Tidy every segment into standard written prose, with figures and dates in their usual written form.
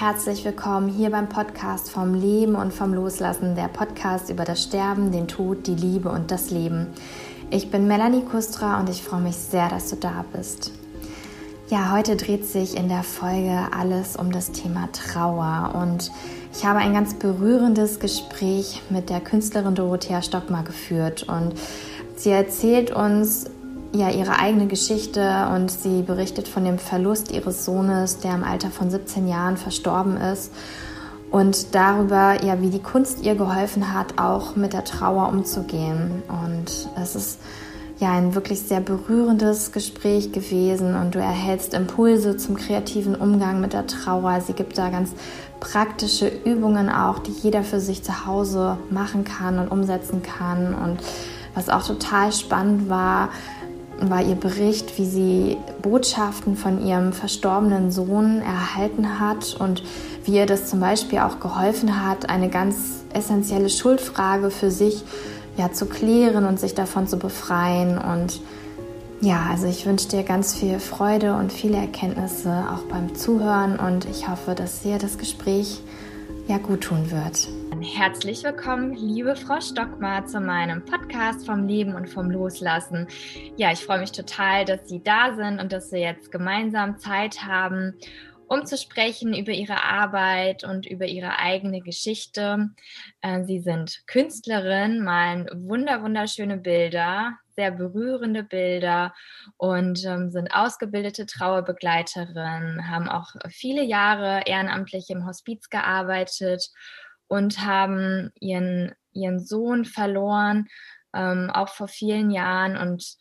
herzlich willkommen hier beim Podcast vom Leben und vom Loslassen, der Podcast über das Sterben, den Tod, die Liebe und das Leben. Ich bin Melanie Kustra und ich freue mich sehr, dass du da bist. Ja, heute dreht sich in der Folge alles um das Thema Trauer und ich habe ein ganz berührendes Gespräch mit der Künstlerin Dorothea Stockmar geführt und sie erzählt uns ja ihre eigene Geschichte und sie berichtet von dem Verlust ihres Sohnes, der im Alter von 17 Jahren verstorben ist und darüber, ja, wie die Kunst ihr geholfen hat, auch mit der Trauer umzugehen. Und es ist ja ein wirklich sehr berührendes Gespräch gewesen und du erhältst Impulse zum kreativen Umgang mit der Trauer. Sie gibt da ganz praktische Übungen auch, die jeder für sich zu Hause machen kann und umsetzen kann. Und was auch total spannend war ihr Bericht, wie sie Botschaften von ihrem verstorbenen Sohn erhalten hat und wie ihr das zum Beispiel auch geholfen hat, eine ganz essentielle Schuldfrage für sich zu klären und sich davon zu befreien. Und ja, also ich wünsche dir ganz viel Freude und viele Erkenntnisse auch beim Zuhören und ich hoffe, dass dir das Gespräch gut tun wird. Herzlich willkommen, liebe Frau Stockmar, zu meinem Podcast vom Leben und vom Loslassen. Ja, ich freue mich total, dass Sie da sind und dass wir jetzt gemeinsam Zeit haben, um zu sprechen über Ihre Arbeit und über Ihre eigene Geschichte. Sie sind Künstlerin, malen wunderschöne Bilder, sehr berührende Bilder und sind ausgebildete Trauerbegleiterin, haben auch viele Jahre ehrenamtlich im Hospiz gearbeitet und haben ihren Sohn verloren, auch vor vielen Jahren. Und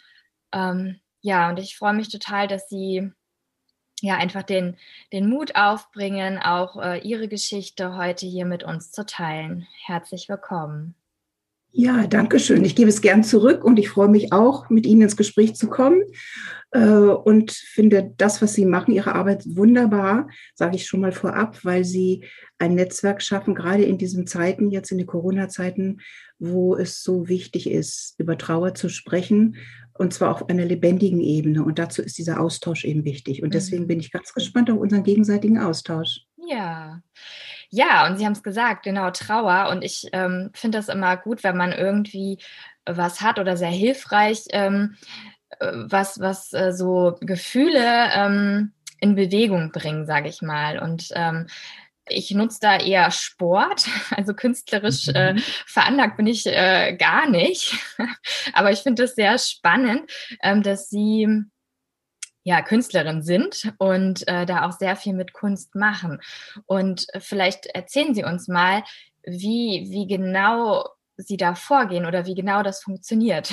und ich freue mich total, dass Sie einfach den Mut aufbringen, auch Ihre Geschichte heute hier mit uns zu teilen. Herzlich willkommen. Ja, danke schön. Ich gebe es gern zurück und ich freue mich auch, mit Ihnen ins Gespräch zu kommen und finde das, was Sie machen, Ihre Arbeit wunderbar, sage ich schon mal vorab, weil Sie ein Netzwerk schaffen, gerade in diesen Zeiten, jetzt in den Corona-Zeiten, wo es so wichtig ist, über Trauer zu sprechen und zwar auf einer lebendigen Ebene. Und dazu ist dieser Austausch eben wichtig. Und deswegen bin ich ganz gespannt auf unseren gegenseitigen Austausch. Ja, und Sie haben es gesagt, genau, Trauer. Und ich finde das immer gut, wenn man irgendwie was hat oder sehr hilfreich, was so Gefühle in Bewegung bringen, sage ich mal. Und ich nutze da eher Sport, also künstlerisch veranlagt bin ich gar nicht. Aber ich finde es sehr spannend, dass Sie Künstlerin sind und da auch sehr viel mit Kunst machen. Und vielleicht erzählen Sie uns mal, wie genau Sie da vorgehen oder wie genau das funktioniert.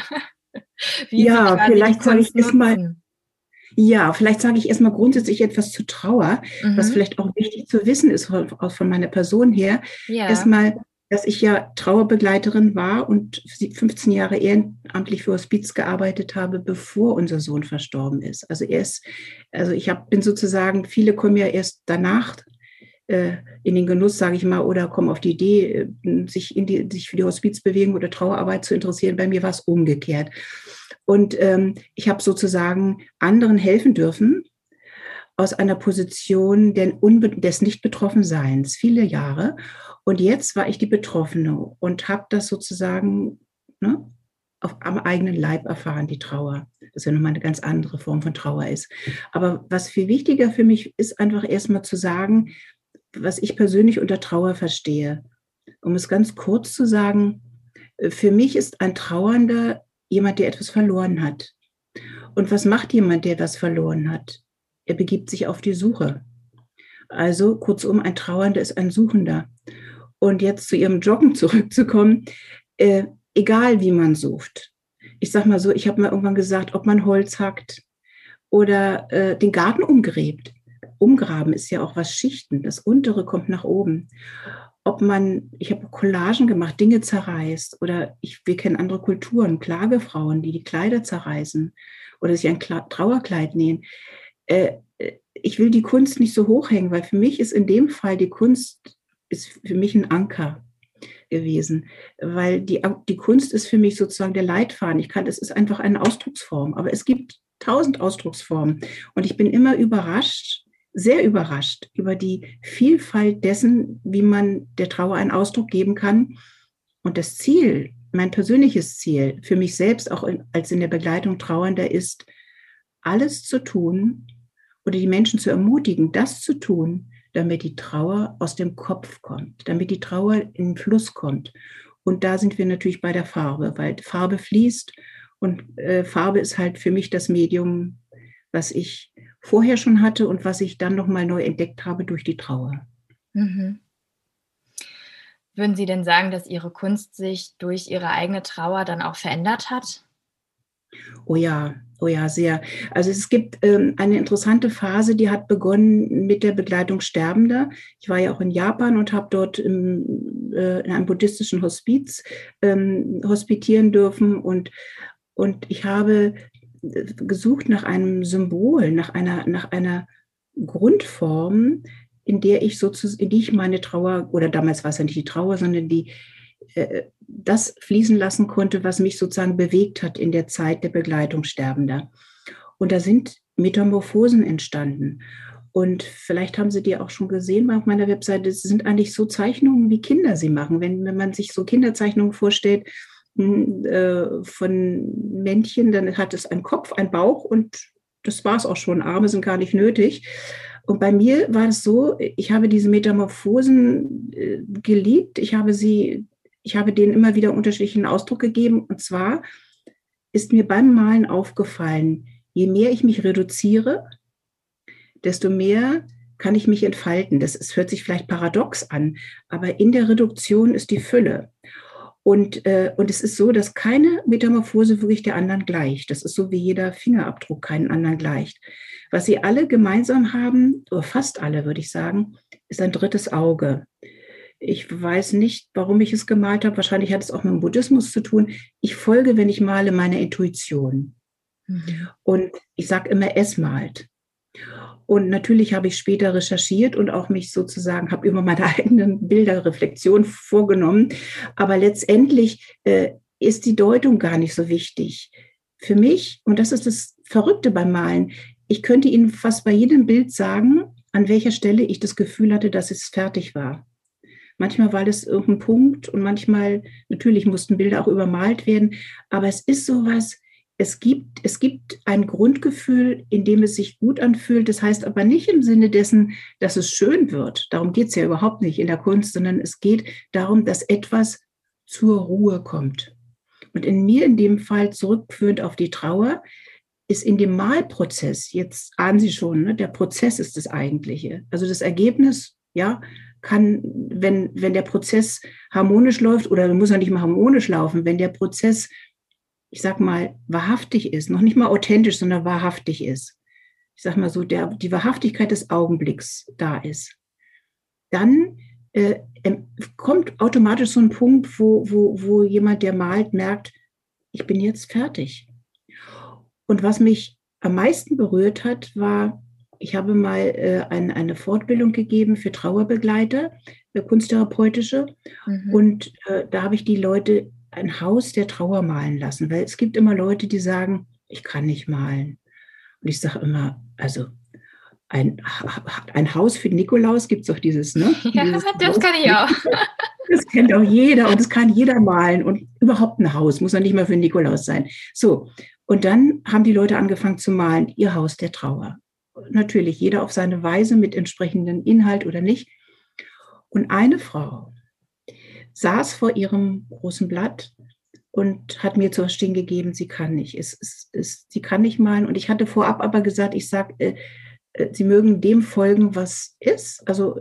Wie Sie Ja, quasi die Kunst nutzen. Vielleicht sage ich erstmal grundsätzlich etwas zu Trauer, was vielleicht auch wichtig zu wissen ist von meiner Person her. Ja. Erstmal, dass ich ja Trauerbegleiterin war und 15 Jahre ehrenamtlich für Hospiz gearbeitet habe, bevor unser Sohn verstorben ist. Bin sozusagen, viele kommen ja erst danach in den Genuss, sage ich mal, oder kommen auf die Idee, sich für die Hospizbewegung oder Trauerarbeit zu interessieren. Bei mir war es umgekehrt. Und ich habe sozusagen anderen helfen dürfen aus einer Position des Nicht-Betroffen-Seins, viele Jahre. Und jetzt war ich die Betroffene und habe das sozusagen am eigenen Leib erfahren, die Trauer. Das ja nochmal eine ganz andere Form von Trauer ist. Aber was viel wichtiger für mich ist, einfach erstmal zu sagen, was ich persönlich unter Trauer verstehe. Um es ganz kurz zu sagen, für mich ist ein Trauernder jemand, der etwas verloren hat. Und was macht jemand, der was verloren hat? Er begibt sich auf die Suche. Also kurzum, ein Trauernder ist ein Suchender. Und jetzt zu Ihrem Joggen zurückzukommen, egal wie man sucht. Ich sag mal so, ich habe mal irgendwann gesagt, ob man Holz hackt oder den Garten umgräbt. Umgraben ist ja auch was Schichten. Das untere kommt nach oben. Ich habe Collagen gemacht, Dinge zerreißt oder wir kennen andere Kulturen, Klagefrauen, die Kleider zerreißen oder sich ein Trauerkleid nähen. Ich will die Kunst nicht so hochhängen, weil für mich ist in dem Fall die Kunst ist für mich ein Anker gewesen, weil die Kunst ist für mich sozusagen der Leitfaden. Es ist einfach eine Ausdrucksform, aber es gibt 1000 Ausdrucksformen und ich bin immer überrascht, sehr überrascht über die Vielfalt dessen, wie man der Trauer einen Ausdruck geben kann. Und das Ziel, mein persönliches Ziel für mich selbst, auch als in der Begleitung Trauernder, ist, alles zu tun oder die Menschen zu ermutigen, das zu tun, damit die Trauer aus dem Kopf kommt, damit die Trauer in den Fluss kommt. Und da sind wir natürlich bei der Farbe, weil Farbe fließt und Farbe ist halt für mich das Medium, was ich vorher schon hatte und was ich dann nochmal neu entdeckt habe durch die Trauer. Mhm. Würden Sie denn sagen, dass Ihre Kunst sich durch Ihre eigene Trauer dann auch verändert hat? Oh ja, sehr. Also es gibt eine interessante Phase, die hat begonnen mit der Begleitung Sterbender. Ich war ja auch in Japan und habe dort in einem buddhistischen Hospiz hospitieren dürfen und ich habe gesucht nach einem Symbol, nach einer Grundform, in die ich meine Trauer, oder damals war es ja nicht die Trauer, sondern das fließen lassen konnte, was mich sozusagen bewegt hat in der Zeit der Begleitung Sterbender. Und da sind Metamorphosen entstanden. Und vielleicht haben Sie die auch schon gesehen auf meiner Webseite. Es sind eigentlich so Zeichnungen, wie Kinder sie machen. Wenn man sich so Kinderzeichnungen vorstellt von Männchen, dann hat es einen Kopf, einen Bauch und das war es auch schon. Arme sind gar nicht nötig. Und bei mir war es so, ich habe diese Metamorphosen geliebt. Ich habe denen immer wieder unterschiedlichen Ausdruck gegeben. Und zwar ist mir beim Malen aufgefallen, je mehr ich mich reduziere, desto mehr kann ich mich entfalten. Es hört sich vielleicht paradox an, aber in der Reduktion ist die Fülle. Und es ist so, dass keine Metamorphose wirklich der anderen gleicht. Das ist so, wie jeder Fingerabdruck keinen anderen gleicht. Was sie alle gemeinsam haben, oder fast alle, würde ich sagen, ist ein drittes Auge. Ich weiß nicht, warum ich es gemalt habe. Wahrscheinlich hat es auch mit dem Buddhismus zu tun. Ich folge, wenn ich male, meiner Intuition. Mhm. Und ich sage immer, es malt. Und natürlich habe ich später recherchiert und auch mich sozusagen, habe immer meine eigenen Bilderreflexion vorgenommen. Aber letztendlich ist die Deutung gar nicht so wichtig. Für mich, und das ist das Verrückte beim Malen, ich könnte Ihnen fast bei jedem Bild sagen, an welcher Stelle ich das Gefühl hatte, dass es fertig war. Manchmal war das irgendein Punkt und manchmal, natürlich mussten Bilder auch übermalt werden, aber es ist sowas, es gibt ein Grundgefühl, in dem es sich gut anfühlt. Das heißt aber nicht im Sinne dessen, dass es schön wird. Darum geht es ja überhaupt nicht in der Kunst, sondern es geht darum, dass etwas zur Ruhe kommt. Und in mir in dem Fall zurückführend auf die Trauer, ist in dem Malprozess, jetzt ahnen Sie schon, ne, der Prozess ist das Eigentliche. Also das Ergebnis, ja, kann, wenn der Prozess harmonisch läuft, oder muss er nicht mal harmonisch laufen, wenn der Prozess, ich sag mal, wahrhaftig ist, noch nicht mal authentisch, sondern wahrhaftig ist, ich sag mal so, die Wahrhaftigkeit des Augenblicks da ist, dann kommt automatisch so ein Punkt, wo jemand, der malt, merkt, ich bin jetzt fertig. Und was mich am meisten berührt hat, war, ich habe mal eine Fortbildung gegeben für Trauerbegleiter, kunsttherapeutische. Mhm. Und da habe ich die Leute ein Haus der Trauer malen lassen, weil es gibt immer Leute, die sagen, ich kann nicht malen. Und ich sage immer, also ein Haus für Nikolaus gibt es doch dieses, ne? Ja, dieses das kann ich auch. Das kennt auch jeder und das kann jeder malen und überhaupt ein Haus, muss ja nicht mal für Nikolaus sein. So, und dann haben die Leute angefangen zu malen, ihr Haus der Trauer. Natürlich, jeder auf seine Weise mit entsprechendem Inhalt oder nicht. Und eine Frau saß vor ihrem großen Blatt und hat mir zu verstehen gegeben, sie kann nicht. Sie kann nicht malen. Und ich hatte vorab aber gesagt, ich sage, Sie mögen dem folgen, was ist. Also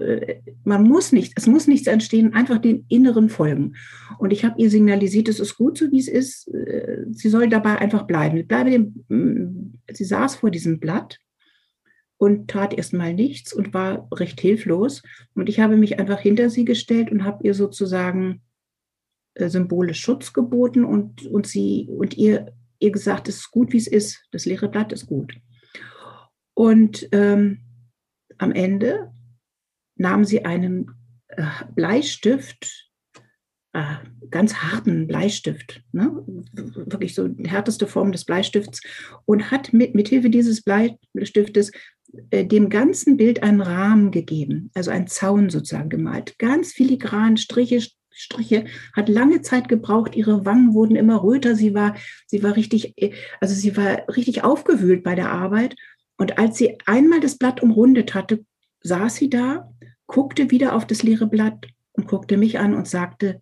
es muss nichts entstehen, einfach den inneren folgen. Und ich habe ihr signalisiert, es ist gut so, wie es ist. Sie soll dabei einfach bleiben. Sie saß vor diesem Blatt und tat erstmal nichts und war recht hilflos. Und ich habe mich einfach hinter sie gestellt und habe ihr sozusagen symbolisch Schutz geboten und ihr gesagt, es ist gut, wie es ist. Das leere Blatt ist gut. Und am Ende nahm sie einen Bleistift, ganz harten Bleistift, ne? Wirklich so die härteste Form des Bleistifts, und hat mit Hilfe dieses Bleistiftes dem ganzen Bild einen Rahmen gegeben, also einen Zaun sozusagen gemalt. Ganz filigran, Striche, hat lange Zeit gebraucht, ihre Wangen wurden immer röter, sie war richtig, also sie war richtig aufgewühlt bei der Arbeit. Und als sie einmal das Blatt umrundet hatte, saß sie da, guckte wieder auf das leere Blatt und guckte mich an und sagte,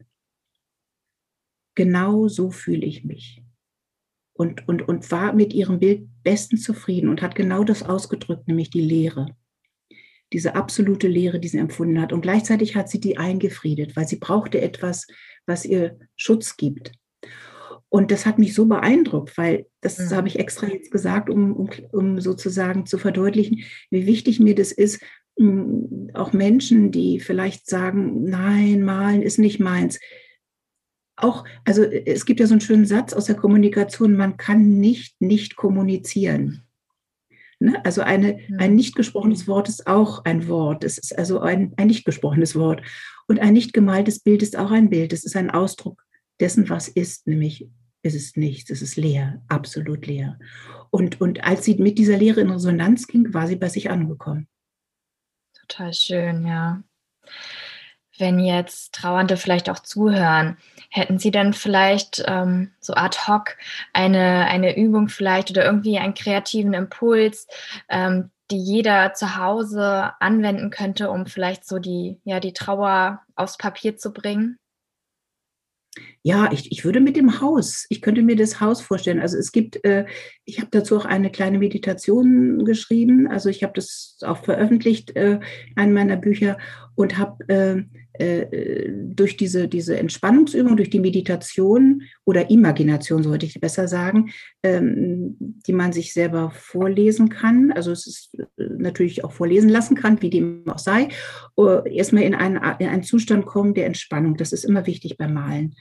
genau so fühle ich mich. Und war mit ihrem Bild bestens zufrieden und hat genau das ausgedrückt, nämlich die Leere. Diese absolute Leere, die sie empfunden hat. Und gleichzeitig hat sie die eingefriedet, weil sie brauchte etwas, was ihr Schutz gibt. Und das hat mich so beeindruckt, weil das habe ich extra jetzt gesagt, um sozusagen zu verdeutlichen, wie wichtig mir das ist, auch Menschen, die vielleicht sagen, nein, malen ist nicht meins. Auch, also es gibt ja so einen schönen Satz aus der Kommunikation, man kann nicht kommunizieren. Ne? Also ein nicht gesprochenes Wort ist auch ein Wort. Es ist also ein nicht gesprochenes Wort. Und ein nicht gemaltes Bild ist auch ein Bild. Es ist ein Ausdruck dessen, was ist, nämlich es ist nichts, es ist leer, absolut leer. Und als sie mit dieser Leere in Resonanz ging, war sie bei sich angekommen. Total schön, ja. Wenn jetzt Trauernde vielleicht auch zuhören, hätten Sie denn vielleicht so ad hoc eine Übung vielleicht oder irgendwie einen kreativen Impuls, die jeder zu Hause anwenden könnte, um vielleicht so die Trauer aufs Papier zu bringen? Ja, ich würde mit dem Haus, ich könnte mir das Haus vorstellen. Also es gibt, ich habe dazu auch eine kleine Meditation geschrieben. Also ich habe das auch veröffentlicht, in einem meiner Bücher und habe durch diese Entspannungsübung, durch die Meditation oder Imagination, sollte ich besser sagen, die man sich selber vorlesen kann. Also es ist natürlich auch vorlesen lassen kann, wie dem auch sei. Erstmal in einen Zustand kommen der Entspannung. Das ist immer wichtig beim Malen.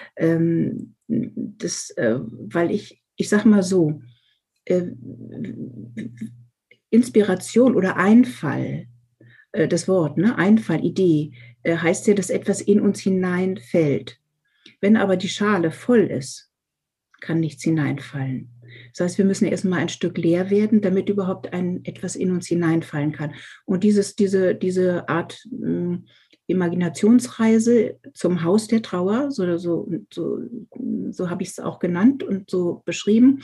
Weil ich sage mal so, Inspiration oder Einfall, das Wort, ne? Einfall, Idee, heißt ja, dass etwas in uns hineinfällt. Wenn aber die Schale voll ist, kann nichts hineinfallen. Das heißt, wir müssen erstmal ein Stück leer werden, damit überhaupt etwas in uns hineinfallen kann. Und diese Art Imaginationsreise zum Haus der Trauer, so habe ich es auch genannt und so beschrieben,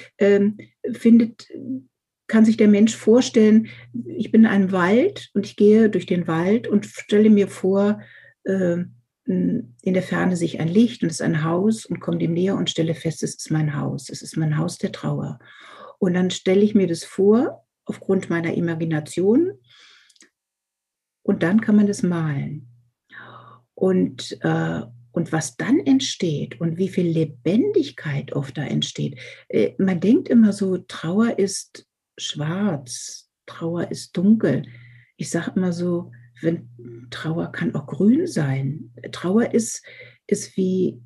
kann sich der Mensch vorstellen, ich bin in einem Wald und ich gehe durch den Wald und stelle mir vor, in der Ferne sehe ich ein Licht und es ist ein Haus und komme dem näher und stelle fest, es ist mein Haus der Trauer. Und dann stelle ich mir das vor, aufgrund meiner Imagination, und dann kann man das malen. Und was dann entsteht und wie viel Lebendigkeit oft da entsteht. Man denkt immer so, Trauer ist schwarz, Trauer ist dunkel. Ich sage immer so, Trauer kann auch grün sein. Trauer ist wie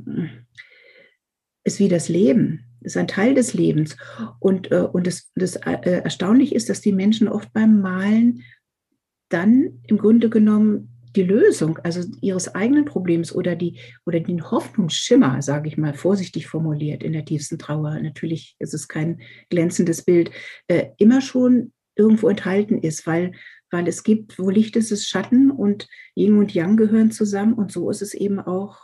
das Leben, ist ein Teil des Lebens. Und das Erstaunliche ist, dass die Menschen oft beim Malen dann im Grunde genommen die Lösung, also ihres eigenen Problems oder den Hoffnungsschimmer, sage ich mal, vorsichtig formuliert, in der tiefsten Trauer, natürlich ist es kein glänzendes Bild, immer schon irgendwo enthalten ist, weil es gibt, wo Licht ist, ist Schatten und Yin und Yang gehören zusammen und so ist es eben auch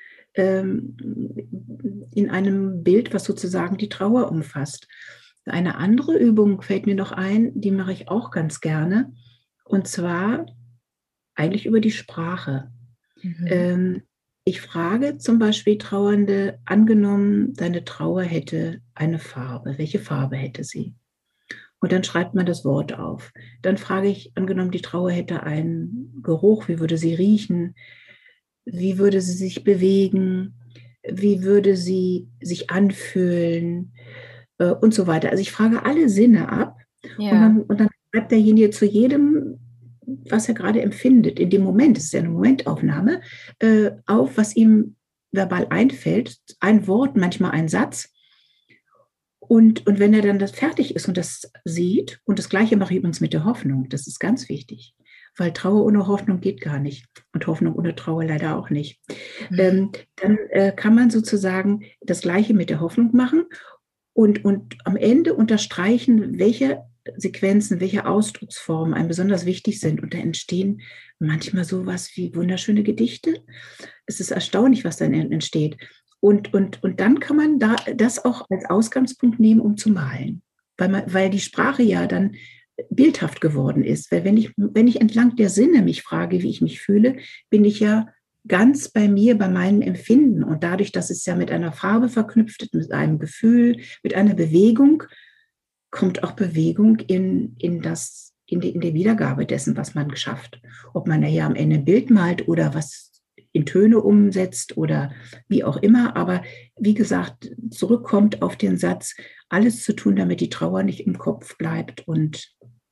in einem Bild, was sozusagen die Trauer umfasst. Eine andere Übung fällt mir noch ein, die mache ich auch ganz gerne, und zwar eigentlich über die Sprache. Ich frage zum Beispiel Trauernde, angenommen, deine Trauer hätte eine Farbe. Welche Farbe hätte sie? Und dann schreibt man das Wort auf. Dann frage ich, angenommen, die Trauer hätte einen Geruch. Wie würde sie riechen? Wie würde sie sich bewegen? Wie würde sie sich anfühlen? Und so weiter. Also ich frage alle Sinne ab. Ja. Und dann schreibt derjenige zu jedem, was er gerade empfindet, in dem Moment, das ist ja eine Momentaufnahme, auf, was ihm verbal einfällt, ein Wort, manchmal ein Satz. Und wenn er dann das fertig ist und das sieht, und das Gleiche mache ich übrigens mit der Hoffnung, das ist ganz wichtig, weil Trauer ohne Hoffnung geht gar nicht und Hoffnung ohne Trauer leider auch nicht. Dann kann man sozusagen das Gleiche mit der Hoffnung machen und am Ende unterstreichen, welche Sequenzen, welche Ausdrucksformen einem besonders wichtig sind. Und da entstehen manchmal sowas wie wunderschöne Gedichte. Es ist erstaunlich, was dann entsteht. Und dann kann man das auch als Ausgangspunkt nehmen, um zu malen. Weil die Sprache ja dann bildhaft geworden ist. Weil wenn ich entlang der Sinne mich frage, wie ich mich fühle, bin ich ja ganz bei mir, bei meinem Empfinden. Und dadurch, dass es ja mit einer Farbe verknüpft ist, mit einem Gefühl, mit einer Bewegung, kommt auch Bewegung in der Wiedergabe dessen, was man schafft. Ob man ja am Ende ein Bild malt oder was in Töne umsetzt oder wie auch immer. Aber wie gesagt, zurückkommt auf den Satz, alles zu tun, damit die Trauer nicht im Kopf bleibt. Und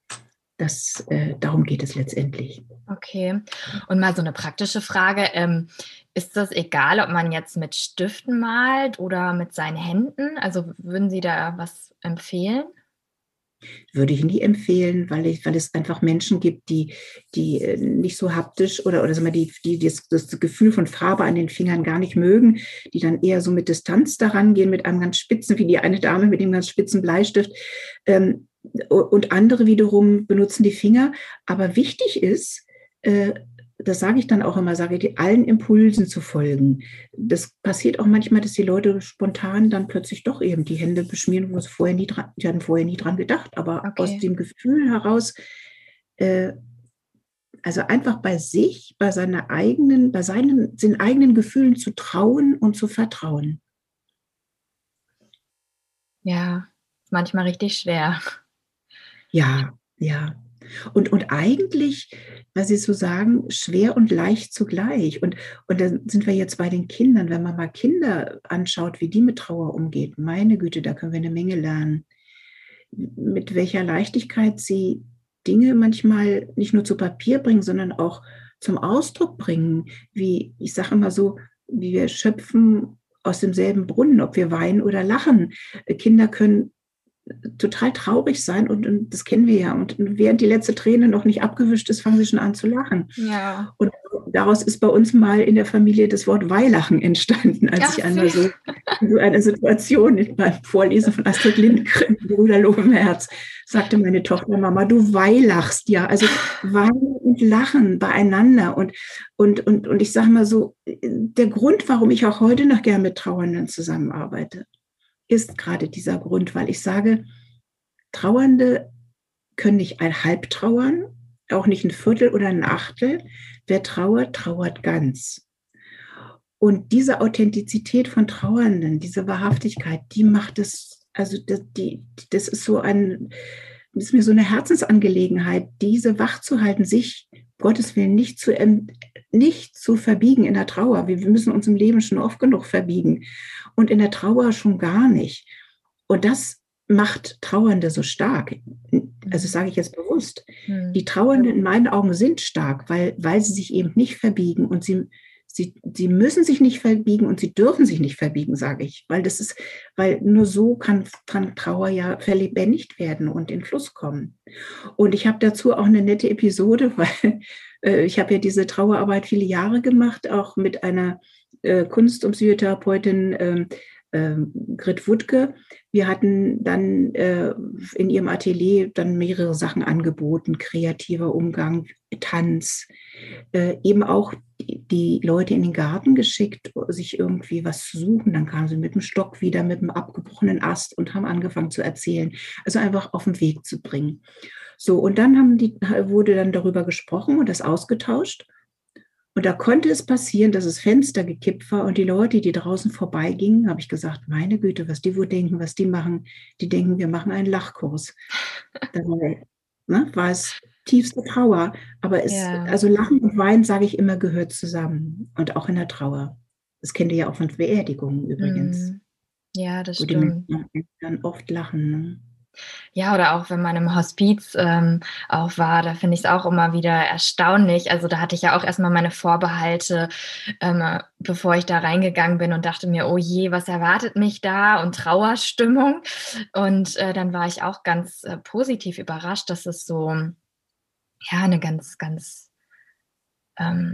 darum geht es letztendlich. Okay. Und mal so eine praktische Frage. Ist das egal, ob man jetzt mit Stiften malt oder mit seinen Händen? Also würden Sie da was empfehlen? Würde ich nie empfehlen, weil es einfach Menschen gibt, die nicht so haptisch oder sagen wir, die das Gefühl von Farbe an den Fingern gar nicht mögen, die dann eher so mit Distanz daran gehen, mit einem ganz spitzen, wie die eine Dame mit dem ganz spitzen Bleistift. Und andere wiederum benutzen die Finger. Aber wichtig ist, das sage ich dann auch immer, allen Impulsen zu folgen. Das passiert auch manchmal, dass die Leute spontan dann plötzlich doch eben die Hände beschmieren, die hatten vorher nie dran gedacht, aber Okay. aus dem Gefühl heraus, also einfach bei sich, bei seinen eigenen Gefühlen zu trauen und zu vertrauen. Ja, ist manchmal richtig schwer. Ja, ja. Und eigentlich, was Sie so sagen, schwer und leicht zugleich. Und dann sind wir jetzt bei den Kindern. Wenn man mal Kinder anschaut, wie die mit Trauer umgehen, meine Güte, da können wir eine Menge lernen. Mit welcher Leichtigkeit sie Dinge manchmal nicht nur zu Papier bringen, sondern auch zum Ausdruck bringen. Wie, ich sage immer so, wie wir schöpfen aus demselben Brunnen, ob wir weinen oder lachen. Kinder können total traurig sein und das kennen wir ja. Und während die letzte Träne noch nicht abgewischt ist, fangen sie schon an zu lachen. Ja. Und daraus ist bei uns mal in der Familie das Wort Weilachen entstanden, als ich einmal so in so einer Situation beim Vorlesen von Astrid Lindgren, Brüderloh im Herz, sagte meine Tochter, Mama, du weilachst ja. Also weinen und lachen beieinander. Und ich sage mal so, der Grund, warum ich auch heute noch gern mit Trauernden zusammenarbeite, ist gerade dieser Grund, weil ich sage, Trauernde können nicht ein Halb trauern, auch nicht ein Viertel oder ein Achtel. Wer trauert, trauert ganz. Und diese Authentizität von Trauernden, diese Wahrhaftigkeit, die macht es, also das ist ist mir so eine Herzensangelegenheit, diese wach zu halten, sich, Gottes Willen, nicht zu verbiegen in der Trauer. Wir müssen uns im Leben schon oft genug verbiegen und in der Trauer schon gar nicht. Und das macht Trauernde so stark. Also das sage ich jetzt bewusst. Die Trauernden in meinen Augen sind stark, weil sie sich eben nicht verbiegen und sie müssen sich nicht verbiegen und sie dürfen sich nicht verbiegen, sage ich, weil nur so kann Trauer ja verlebendigt werden und in Fluss kommen. Und ich habe dazu auch eine nette Episode, weil ich habe ja diese Trauerarbeit viele Jahre gemacht, auch mit einer Kunst- und Psychotherapeutin, Grit Wuttke. Wir hatten dann in ihrem Atelier dann mehrere Sachen angeboten, kreativer Umgang, Tanz, eben auch die Leute in den Garten geschickt, sich irgendwie was zu suchen. Dann kamen sie mit dem Stock wieder, mit dem abgebrochenen Ast und haben angefangen zu erzählen. Also einfach auf den Weg zu bringen. So, und dann wurde dann darüber gesprochen und das ausgetauscht. Und da konnte es passieren, dass das Fenster gekippt war und die Leute, die draußen vorbeigingen, habe ich gesagt, meine Güte, was die wohl denken, was die machen. Die denken, wir machen einen Lachkurs. Dabei war es tiefste Trauer. Aber also Lachen und Weinen, sage ich immer, gehört zusammen. Und auch in der Trauer. Das kennt ihr ja auch von Beerdigungen übrigens. Ja, das wo stimmt. Die Menschen dann oft lachen. Ne? Ja, oder auch wenn man im Hospiz auch war, da finde ich es auch immer wieder erstaunlich. Also da hatte ich ja auch erstmal meine Vorbehalte, bevor ich da reingegangen bin und dachte mir, oh je, was erwartet mich da und Trauerstimmung. Und dann war ich auch ganz positiv überrascht, dass es so, ja, eine ganz, ganz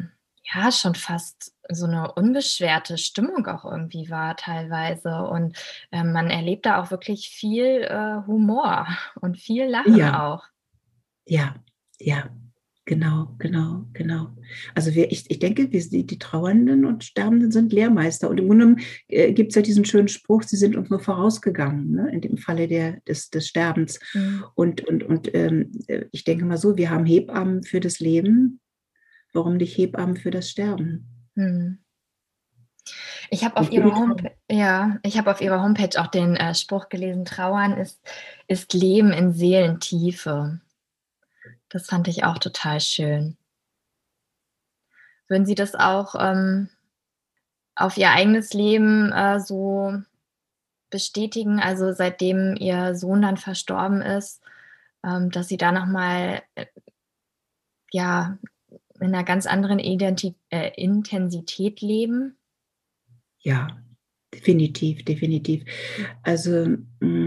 ja, schon fast so eine unbeschwerte Stimmung auch irgendwie war teilweise. Und, man erlebt da auch wirklich viel, Humor und viel Lachen Ja, auch. ja, ja. Genau, genau, genau. Also ich denke, die Trauernden und Sterbenden sind Lehrmeister. Und im Grunde genommen gibt es ja diesen schönen Spruch, sie sind uns nur vorausgegangen, ne, in dem Falle des Sterbens. Mhm. Und ich denke mal so, wir haben Hebammen für das Leben, warum nicht Hebammen für das Sterben? Mhm. Ich habe auf Und für ihrer die Trauer. Hompa ja, ich habe auf ihrer Homepage auch den, Spruch gelesen: „Trauern ist Leben in Seelentiefe." Das fand ich auch total schön. Würden Sie das auch, auf Ihr eigenes Leben, so bestätigen? Also, seitdem Ihr Sohn dann verstorben ist, dass Sie da noch mal, ja, in 'ner ganz anderen Intensität leben? Ja, definitiv, definitiv. Also,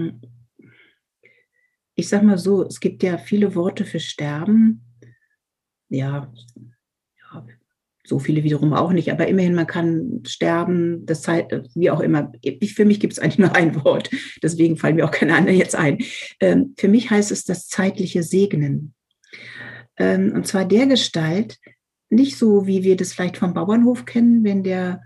ich sage mal so, es gibt ja viele Worte für Sterben. Ja, ja, so viele wiederum auch nicht, aber immerhin, man kann sterben, das Zeit wie auch immer. Für mich gibt es eigentlich nur ein Wort, deswegen fallen mir auch keine anderen jetzt ein. Für mich heißt es das zeitliche Segnen. Und zwar dergestalt, nicht so, wie wir das vielleicht vom Bauernhof kennen, wenn der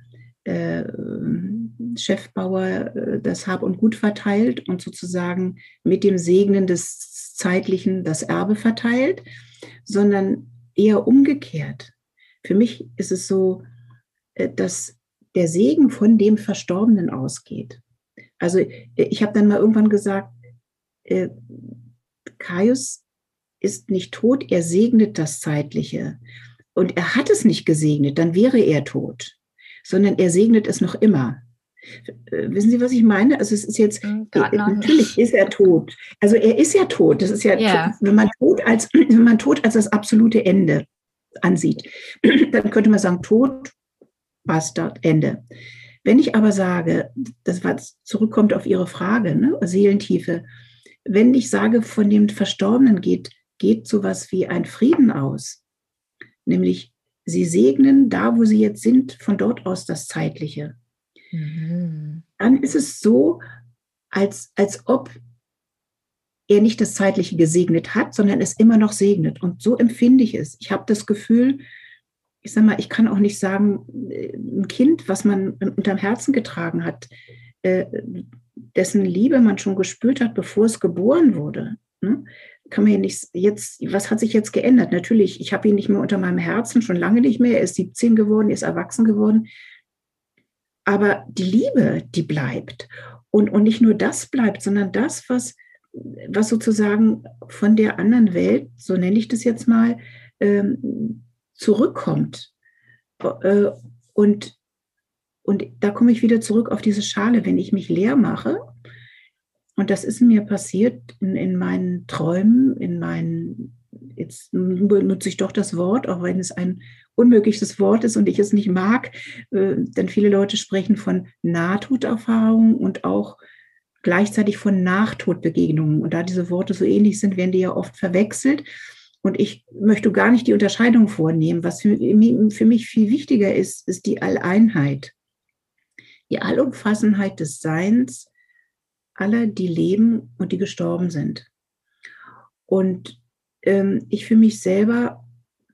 Chefbauer das Hab und Gut verteilt und sozusagen mit dem Segnen des Zeitlichen das Erbe verteilt, sondern eher umgekehrt. Für mich ist es so, dass der Segen von dem Verstorbenen ausgeht. Also ich habe dann mal irgendwann gesagt, äh, Kaius ist nicht tot, er segnet das Zeitliche. Und er hat es nicht gesegnet, dann wäre er tot, sondern er segnet es noch immer. Wissen Sie, was ich meine? Also es ist jetzt, Grad noch natürlich nicht. ist er tot. Also er ist ja tot. Das ist ja, Ja. wenn man Tod als das absolute Ende ansieht, dann könnte man sagen, Tod, basta, Ende. Wenn ich aber sage, das was zurückkommt auf Ihre Frage, ne, Seelentiefe, wenn ich sage, von dem Verstorbenen geht sowas wie ein Frieden aus, nämlich Sie segnen da, wo Sie jetzt sind, von dort aus das Zeitliche. Mhm. Dann ist es so, als ob er nicht das Zeitliche gesegnet hat, sondern es immer noch segnet. Und so empfinde ich es. Ich habe das Gefühl, ich sage mal, ich kann auch nicht sagen, ein Kind, was man unterm Herzen getragen hat, äh, dessen Liebe man schon gespürt hat, bevor es geboren wurde, ne? Kann man ja nicht jetzt, was hat sich jetzt geändert? Natürlich, ich habe ihn nicht mehr unter meinem Herzen, schon lange nicht mehr. Er ist 17 geworden, er ist erwachsen geworden. Aber die Liebe, die bleibt. Und nicht nur das bleibt, sondern das, was sozusagen von der anderen Welt, so nenne ich das jetzt mal, zurückkommt. Äh, und, und da komme ich wieder zurück auf diese Schale, wenn ich mich leer mache. Und das ist mir passiert in meinen Träumen, jetzt benutze ich doch das Wort, auch wenn es ein unmögliches Wort ist und ich es nicht mag, denn viele Leute sprechen von Nahtoderfahrungen und auch gleichzeitig von Nachtodbegegnungen. Und da diese Worte so ähnlich sind, werden die ja oft verwechselt. Und ich möchte gar nicht die Unterscheidung vornehmen. Was für mich viel wichtiger ist, ist die Alleinheit, die Allumfassenheit des Seins aller, die leben und die gestorben sind. Und ich für mich selber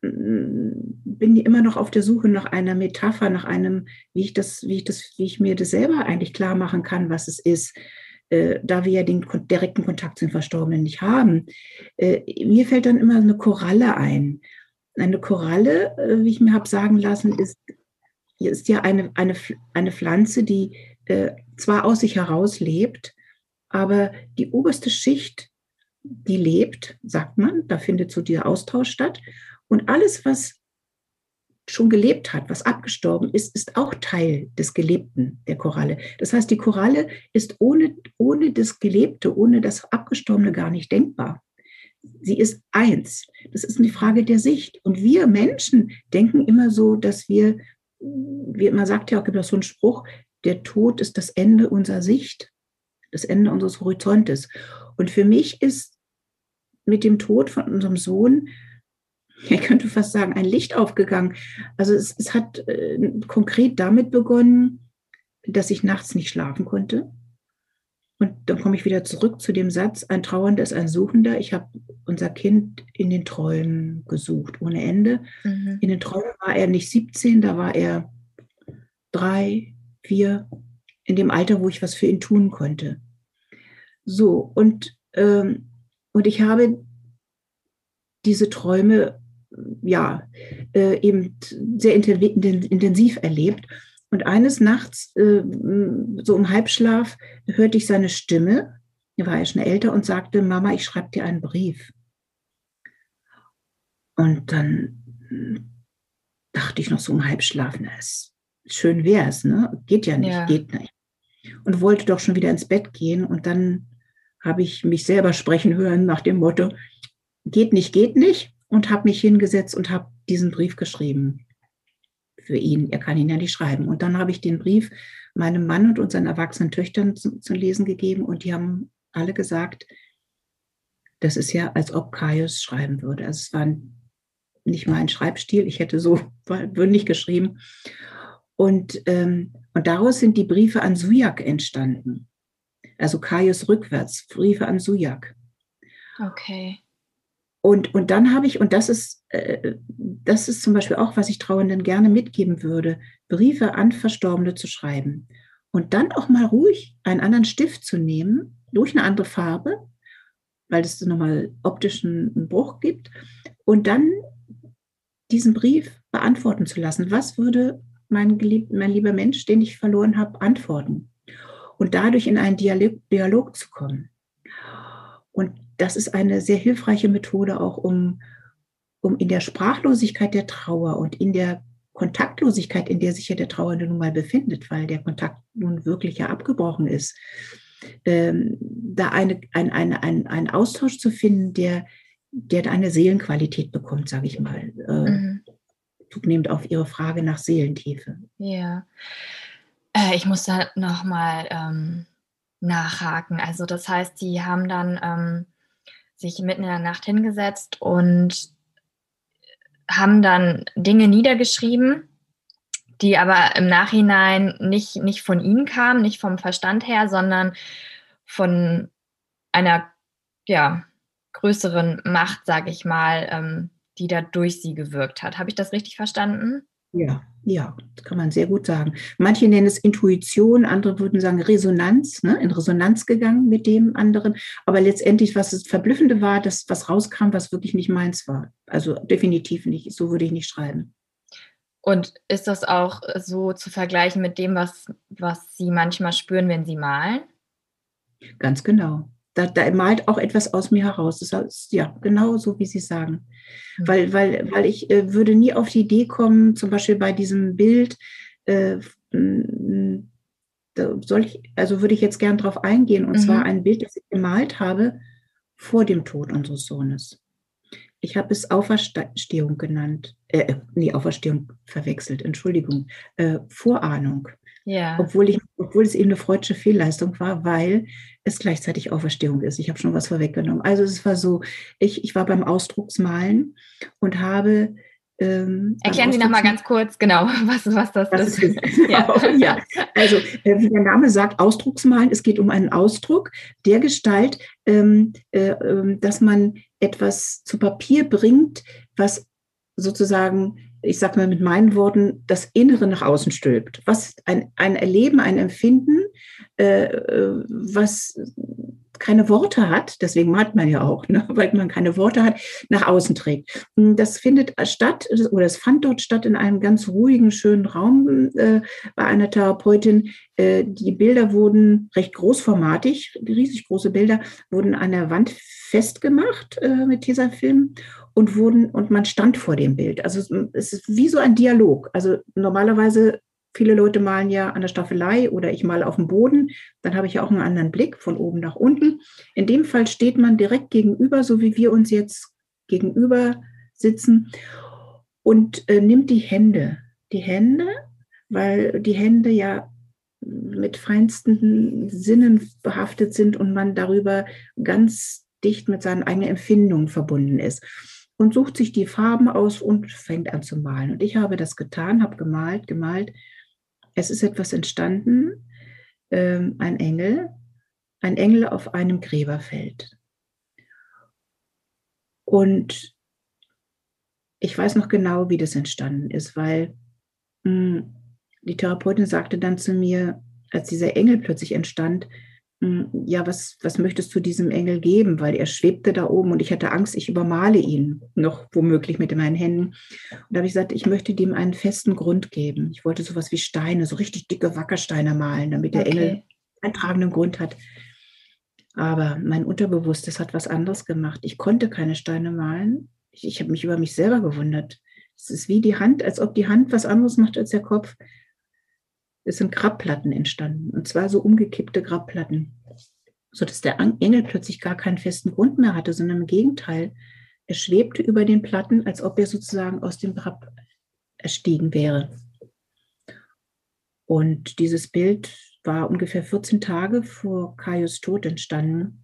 bin immer noch auf der Suche nach einer Metapher, nach einem, wie ich mir das selber eigentlich klar machen kann, was es ist, da wir ja den direkten Kontakt zu den Verstorbenen nicht haben. Mir fällt dann immer eine Koralle ein. Eine Koralle, wie ich mir habe sagen lassen, ist ja eine Pflanze, die zwar aus sich heraus lebt, aber die oberste Schicht, die lebt, sagt man, da findet so dieser Austausch statt. Und alles, was schon gelebt hat, was abgestorben ist, ist auch Teil des Gelebten der Koralle. Das heißt, die Koralle ist ohne das Gelebte, ohne das Abgestorbene gar nicht denkbar. Sie ist eins. Das ist eine Frage der Sicht. Und wir Menschen denken immer so, dass wie man sagt ja auch, gibt es so einen Spruch, der Tod ist das Ende unserer Sicht, das Ende unseres Horizontes. Und für mich ist mit dem Tod von unserem Sohn ich könnte fast sagen, ein Licht aufgegangen. Also es hat konkret damit begonnen, dass ich nachts nicht schlafen konnte. Und dann komme ich wieder zurück zu dem Satz, ein Trauernder ist ein Suchender. Ich habe unser Kind in den Träumen gesucht, ohne Ende. In den Träumen war er nicht 17, da war er 3, 4, in dem Alter, wo ich was für ihn tun konnte. So, und ich habe diese Träume eben sehr intensiv erlebt. Und eines Nachts, so im Halbschlaf, hörte ich seine Stimme, er war ja schon älter, und sagte, Mama, ich schreibe dir einen Brief. Und dann dachte ich noch so im Halbschlaf, na, schön wär's, ne? Geht ja nicht, geht nicht. Und wollte doch schon wieder ins Bett gehen. Und dann habe ich mich selber sprechen hören nach dem Motto, geht nicht, und habe mich hingesetzt und habe diesen Brief geschrieben für ihn. Er kann ihn ja nicht schreiben. Und dann habe ich den Brief meinem Mann und unseren erwachsenen Töchtern zu lesen gegeben, und die haben alle gesagt, das ist ja, als ob Kaius schreiben würde. Also es war nicht mein Schreibstil, ich hätte würde nicht geschrieben. Und daraus sind die Briefe an Suyak entstanden. Also Kaius rückwärts, Briefe an Suyak. Okay. Und dann habe ich, und das ist zum Beispiel auch, was ich Trauernden gerne mitgeben würde, Briefe an Verstorbene zu schreiben. Und dann auch mal ruhig einen anderen Stift zu nehmen, durch eine andere Farbe, weil es nochmal optischen Bruch gibt, und dann diesen Brief beantworten zu lassen. Was würde mein lieber Mensch, den ich verloren habe, antworten? Und dadurch in einen Dialog zu kommen. Und das ist eine sehr hilfreiche Methode auch, um in der Sprachlosigkeit der Trauer und in der Kontaktlosigkeit, in der sich ja der Trauernde nun mal befindet, weil der Kontakt nun wirklich ja abgebrochen ist, da einen Austausch zu finden, der eine Seelenqualität bekommt, sage ich mal, Bezug nehmend auf Ihre Frage nach Seelentiefe. Ja, ich muss da nochmal nachhaken. Also das heißt, die haben dann sich mitten in der Nacht hingesetzt und haben dann Dinge niedergeschrieben, die aber im Nachhinein nicht von ihnen kamen, nicht vom Verstand her, sondern von einer größeren Macht, sage ich mal, die da durch sie gewirkt hat. Habe ich das richtig verstanden? Ja, das kann man sehr gut sagen. Manche nennen es Intuition, andere würden sagen Resonanz, ne? In Resonanz gegangen mit dem anderen. Aber letztendlich, was das Verblüffende war, das, was rauskam, was wirklich nicht meins war. Also definitiv nicht, so würde ich nicht schreiben. Und ist das auch so zu vergleichen mit dem, was Sie manchmal spüren, wenn Sie malen? Ganz genau. Da malt auch etwas aus mir heraus. Das heißt, ja, genau so, wie Sie sagen. Weil ich würde nie auf die Idee kommen, zum Beispiel bei diesem Bild, würde ich jetzt gern drauf eingehen, und zwar ein Bild, das ich gemalt habe vor dem Tod unseres Sohnes. Ich habe es Auferstehung genannt. Auferstehung verwechselt, Entschuldigung. Vorahnung. Ja. Obwohl es eben eine freudsche Fehlleistung war, weil es gleichzeitig Auferstehung ist. Ich habe schon was vorweggenommen. Also es war so, ich war beim Ausdrucksmalen und habe erklären Sie nochmal ganz kurz, genau, was das ist. Ja, also wie der Name sagt, Ausdrucksmalen, es geht um einen Ausdruck der Gestalt, dass man etwas zu Papier bringt, was sozusagen, ich sage mal mit meinen Worten, das Innere nach außen stülpt. Was ein Erleben, ein Empfinden, was keine Worte hat, deswegen malt man ja auch, ne, weil man keine Worte hat, nach außen trägt. Das findet statt, oder es fand dort statt in einem ganz ruhigen, schönen Raum bei einer Therapeutin. Die Bilder wurden recht großformatig, riesig große Bilder, wurden an der Wand festgemacht mit Tesafilm und man stand vor dem Bild. Also es ist wie so ein Dialog. Also normalerweise, viele Leute malen ja an der Staffelei oder ich male auf dem Boden, dann habe ich ja auch einen anderen Blick von oben nach unten. In dem Fall steht man direkt gegenüber, so wie wir uns jetzt gegenüber sitzen, und nimmt die Hände, weil die Hände ja mit feinsten Sinnen behaftet sind und man darüber ganz dicht mit seinen eigenen Empfindungen verbunden ist. und sucht sich die Farben aus und fängt an zu malen. Und ich habe das getan, habe gemalt. Es ist etwas entstanden, ein Engel auf einem Gräberfeld. Und ich weiß noch genau, wie das entstanden ist, weil die Therapeutin sagte dann zu mir, als dieser Engel plötzlich entstand, ja, was möchtest du diesem Engel geben? Weil er schwebte da oben und ich hatte Angst, ich übermale ihn noch womöglich mit meinen Händen. Und da habe ich gesagt, ich möchte dem einen festen Grund geben. Ich wollte sowas wie Steine, so richtig dicke Wackersteine malen, damit der Engel einen tragenden Grund hat. Aber mein Unterbewusstes hat was anderes gemacht. Ich konnte keine Steine malen. Ich habe mich über mich selber gewundert. Es ist wie die Hand, als ob die Hand was anderes macht als der Kopf. Es sind Grabplatten entstanden, und zwar so umgekippte Grabplatten, sodass der Engel plötzlich gar keinen festen Grund mehr hatte, sondern im Gegenteil, er schwebte über den Platten, als ob er sozusagen aus dem Grab erstiegen wäre. Und dieses Bild war ungefähr 14 Tage vor Kaius Tod entstanden.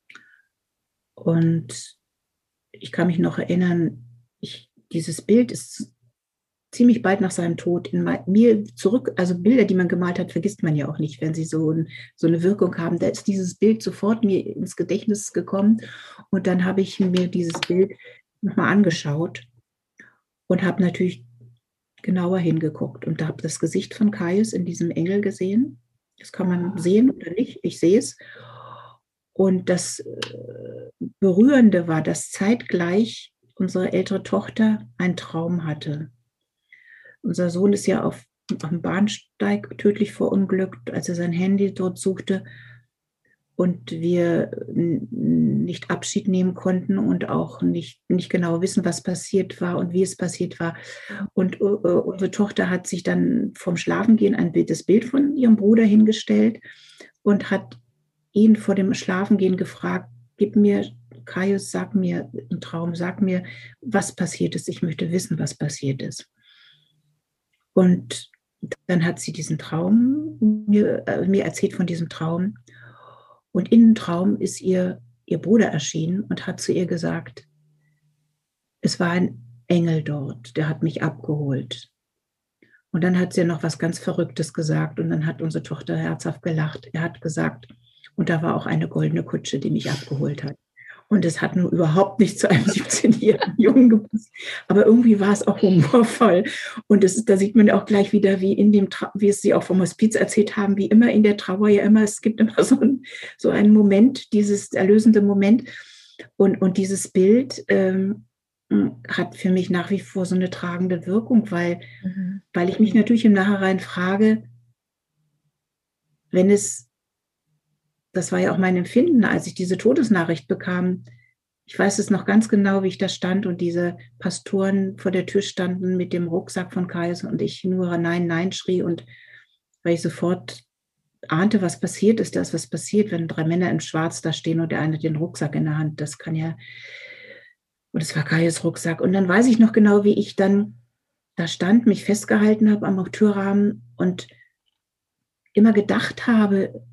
Und ich kann mich noch erinnern, dieses Bild ist ziemlich bald nach seinem Tod in mir zurück, also Bilder, die man gemalt hat, vergisst man ja auch nicht, wenn sie so eine Wirkung haben. Da ist dieses Bild sofort mir ins Gedächtnis gekommen und dann habe ich mir dieses Bild nochmal angeschaut und habe natürlich genauer hingeguckt und da habe das Gesicht von Kaius in diesem Engel gesehen. Das kann man sehen oder nicht, ich sehe es. Und das Berührende war, dass zeitgleich unsere ältere Tochter einen Traum hatte. Unser Sohn ist ja auf dem Bahnsteig tödlich verunglückt, als er sein Handy dort suchte und wir nicht Abschied nehmen konnten und auch nicht genau wissen, was passiert war und wie es passiert war. Und unsere Tochter hat sich dann vom Schlafengehen das Bild von ihrem Bruder hingestellt und hat ihn vor dem Schlafengehen gefragt, gib mir, Kaius, sag mir einen Traum, sag mir, was passiert ist. Ich möchte wissen, was passiert ist. Und dann hat sie diesen Traum mir erzählt von diesem Traum. Und in dem Traum ist ihr Bruder erschienen und hat zu ihr gesagt, es war ein Engel dort, der hat mich abgeholt. Und dann hat sie noch was ganz Verrücktes gesagt und dann hat unsere Tochter herzhaft gelacht. Er hat gesagt, und da war auch eine goldene Kutsche, die mich abgeholt hat. Und es hat nun überhaupt nicht zu einem 17-jährigen Jungen gepasst. Aber irgendwie war es auch humorvoll. Und da sieht man auch gleich wieder, wie es Sie auch vom Hospiz erzählt haben, wie immer in der Trauer ja immer, es gibt immer so einen Moment, dieses erlösende Moment. Und dieses Bild hat für mich nach wie vor so eine tragende Wirkung, weil ich mich natürlich im Nachhinein frage, das war ja auch mein Empfinden, als ich diese Todesnachricht bekam. Ich weiß es noch ganz genau, wie ich da stand und diese Pastoren vor der Tür standen mit dem Rucksack von Kaius und ich nur Nein, Nein schrie und weil ich sofort ahnte, was passiert ist, was passiert, wenn 3 Männer in Schwarz da stehen und der eine den Rucksack in der Hand, das kann ja, und es war Kaius Rucksack. Und dann weiß ich noch genau, wie ich dann da stand, mich festgehalten habe am Türrahmen und immer gedacht habe,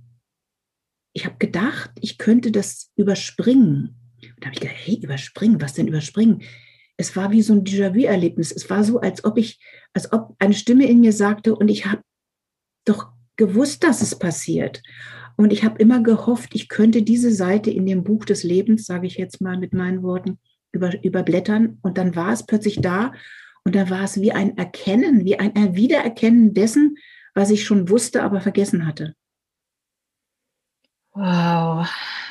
ich könnte das überspringen. Und da habe ich gedacht, hey, überspringen, was denn überspringen? Es war wie so ein Déjà-vu-Erlebnis. Es war so, als ob eine Stimme in mir sagte, und ich habe doch gewusst, dass es passiert. Und ich habe immer gehofft, ich könnte diese Seite in dem Buch des Lebens, sage ich jetzt mal mit meinen Worten, überblättern. Und dann war es plötzlich da. Und dann war es wie ein Erkennen, wie ein Wiedererkennen dessen, was ich schon wusste, aber vergessen hatte. Wow.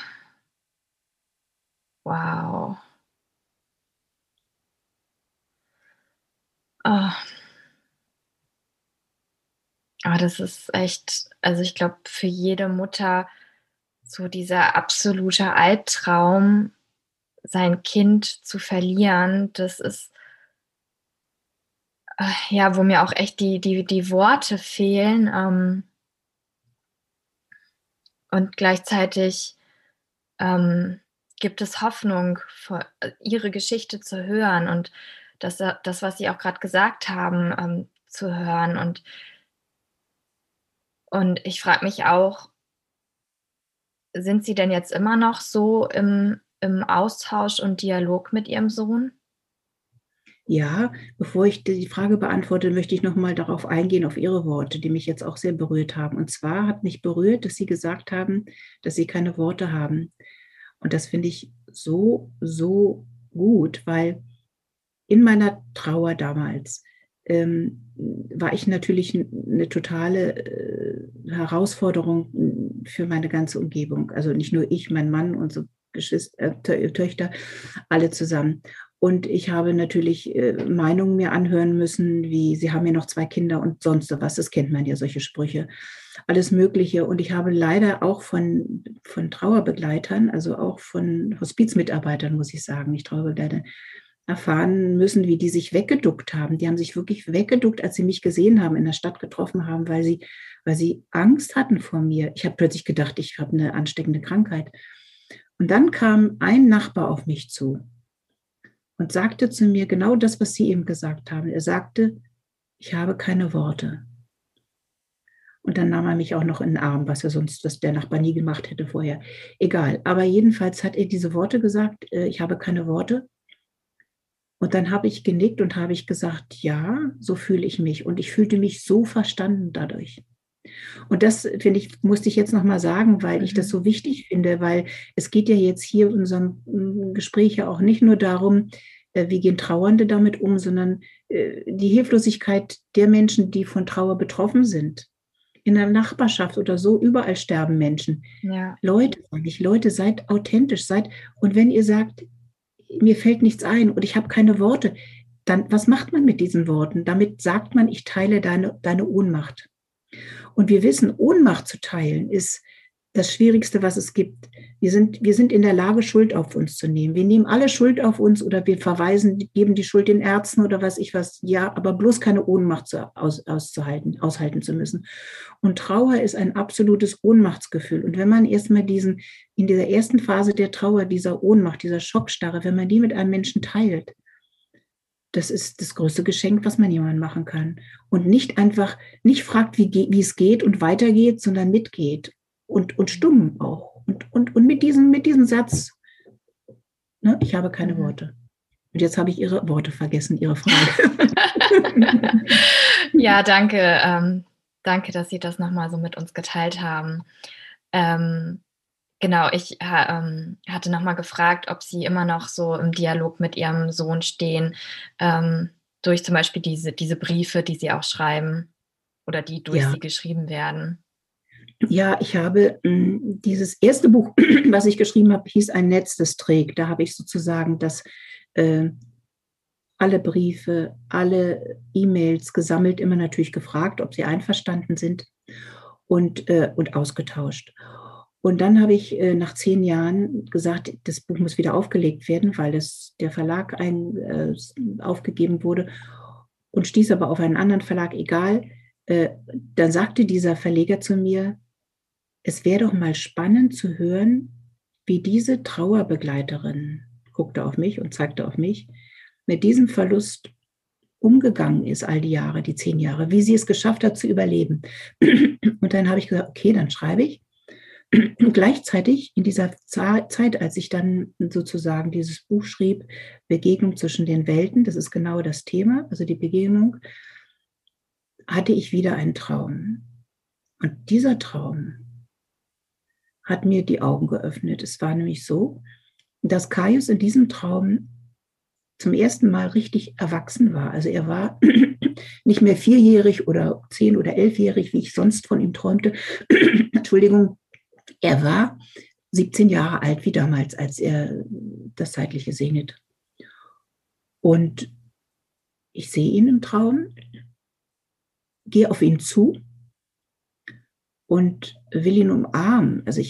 Wow. Oh. Aber das ist echt, also ich glaube, für jede Mutter so dieser absolute Albtraum, sein Kind zu verlieren, das ist, ja, wo mir auch echt die Worte fehlen, und gleichzeitig, gibt es Hoffnung, ihre Geschichte zu hören und das, was Sie auch grad gesagt haben, zu hören. Und ich frage mich auch, sind Sie denn jetzt immer noch so im Austausch und Dialog mit Ihrem Sohn? Ja, bevor ich die Frage beantworte, möchte ich noch mal darauf eingehen, auf Ihre Worte, die mich jetzt auch sehr berührt haben. Und zwar hat mich berührt, dass Sie gesagt haben, dass Sie keine Worte haben. Und das finde ich so, so gut, weil in meiner Trauer damals war ich natürlich eine totale Herausforderung für meine ganze Umgebung. Also nicht nur ich, mein Mann, unsere Töchter, alle zusammen. Und ich habe natürlich Meinungen mir anhören müssen, wie, Sie haben ja noch 2 Kinder und sonst was. Das kennt man ja, solche Sprüche. Alles Mögliche. Und ich habe leider auch von Trauerbegleitern, also auch von Hospizmitarbeitern, muss ich sagen, nicht Trauerbegleitern, erfahren müssen, wie die sich weggeduckt haben. Die haben sich wirklich weggeduckt, als sie mich gesehen haben, in der Stadt getroffen haben, weil sie Angst hatten vor mir. Ich habe plötzlich gedacht, ich habe eine ansteckende Krankheit. Und dann kam ein Nachbar auf mich zu und sagte zu mir genau das, was Sie eben gesagt haben. Er sagte, ich habe keine Worte. Und dann nahm er mich auch noch in den Arm, was er sonst, was der Nachbar nie gemacht hätte vorher. Egal. Aber jedenfalls hat er diese Worte gesagt, ich habe keine Worte. Und dann habe ich genickt und habe ich gesagt, ja, so fühle ich mich. Und ich fühlte mich so verstanden dadurch. Und das, finde ich, musste ich jetzt nochmal sagen, weil ich das so wichtig finde, weil es geht ja jetzt hier in unserem Gespräch ja auch nicht nur darum, wie gehen Trauernde damit um, sondern die Hilflosigkeit der Menschen, die von Trauer betroffen sind. In der Nachbarschaft oder so, überall sterben Menschen. Ja. Leute, sage ich, Leute, seid authentisch, und wenn ihr sagt, mir fällt nichts ein und ich habe keine Worte, dann was macht man mit diesen Worten? Damit sagt man, ich teile deine Ohnmacht. Und wir wissen, Ohnmacht zu teilen ist das Schwierigste, was es gibt. Wir sind in der Lage, Schuld auf uns zu nehmen. Wir nehmen alle Schuld auf uns oder wir geben die Schuld den Ärzten oder was. Ja, aber bloß keine Ohnmacht aushalten zu müssen. Und Trauer ist ein absolutes Ohnmachtsgefühl. Und wenn man erstmal in dieser ersten Phase der Trauer, dieser Ohnmacht, dieser Schockstarre, wenn man die mit einem Menschen teilt, das ist das größte Geschenk, was man jemandem machen kann. Und nicht fragt, wie es geht und weitergeht, sondern mitgeht und stumm auch. Und mit diesem Satz, ne, ich habe keine Worte. Und jetzt habe ich Ihre Worte vergessen, Ihre Frage. Ja, danke. Danke, dass Sie das nochmal so mit uns geteilt haben. Genau, ich hatte nochmal gefragt, ob Sie immer noch so im Dialog mit Ihrem Sohn stehen, durch zum Beispiel diese Briefe, die Sie auch schreiben oder die durch Sie geschrieben werden. Ja, ich habe dieses erste Buch, was ich geschrieben habe, hieß Ein Netz, das trägt. Da habe ich sozusagen alle Briefe, alle E-Mails gesammelt, immer natürlich gefragt, ob sie einverstanden sind und ausgetauscht. Und dann habe ich nach 10 Jahren gesagt, das Buch muss wieder aufgelegt werden, weil der Verlag aufgegeben wurde und stieß aber auf einen anderen Verlag, egal. Dann sagte dieser Verleger zu mir, es wäre doch mal spannend zu hören, wie diese Trauerbegleiterin, guckte auf mich und zeigte auf mich, mit diesem Verlust umgegangen ist all die Jahre, die 10 Jahre, wie sie es geschafft hat zu überleben. Und dann habe ich gesagt, okay, dann schreibe ich. Und gleichzeitig in dieser Zeit, als ich dann sozusagen dieses Buch schrieb, Begegnung zwischen den Welten, das ist genau das Thema, also die Begegnung, hatte ich wieder einen Traum. Und dieser Traum hat mir die Augen geöffnet. Es war nämlich so, dass Caius in diesem Traum zum ersten Mal richtig erwachsen war. Also er war nicht mehr 4-jährig oder 10- oder 11-jährig, wie ich sonst von ihm träumte. Entschuldigung, er war 17 Jahre alt wie damals, als er das Zeitliche segnet. Und ich sehe ihn im Traum, gehe auf ihn zu und will ihn umarmen. Also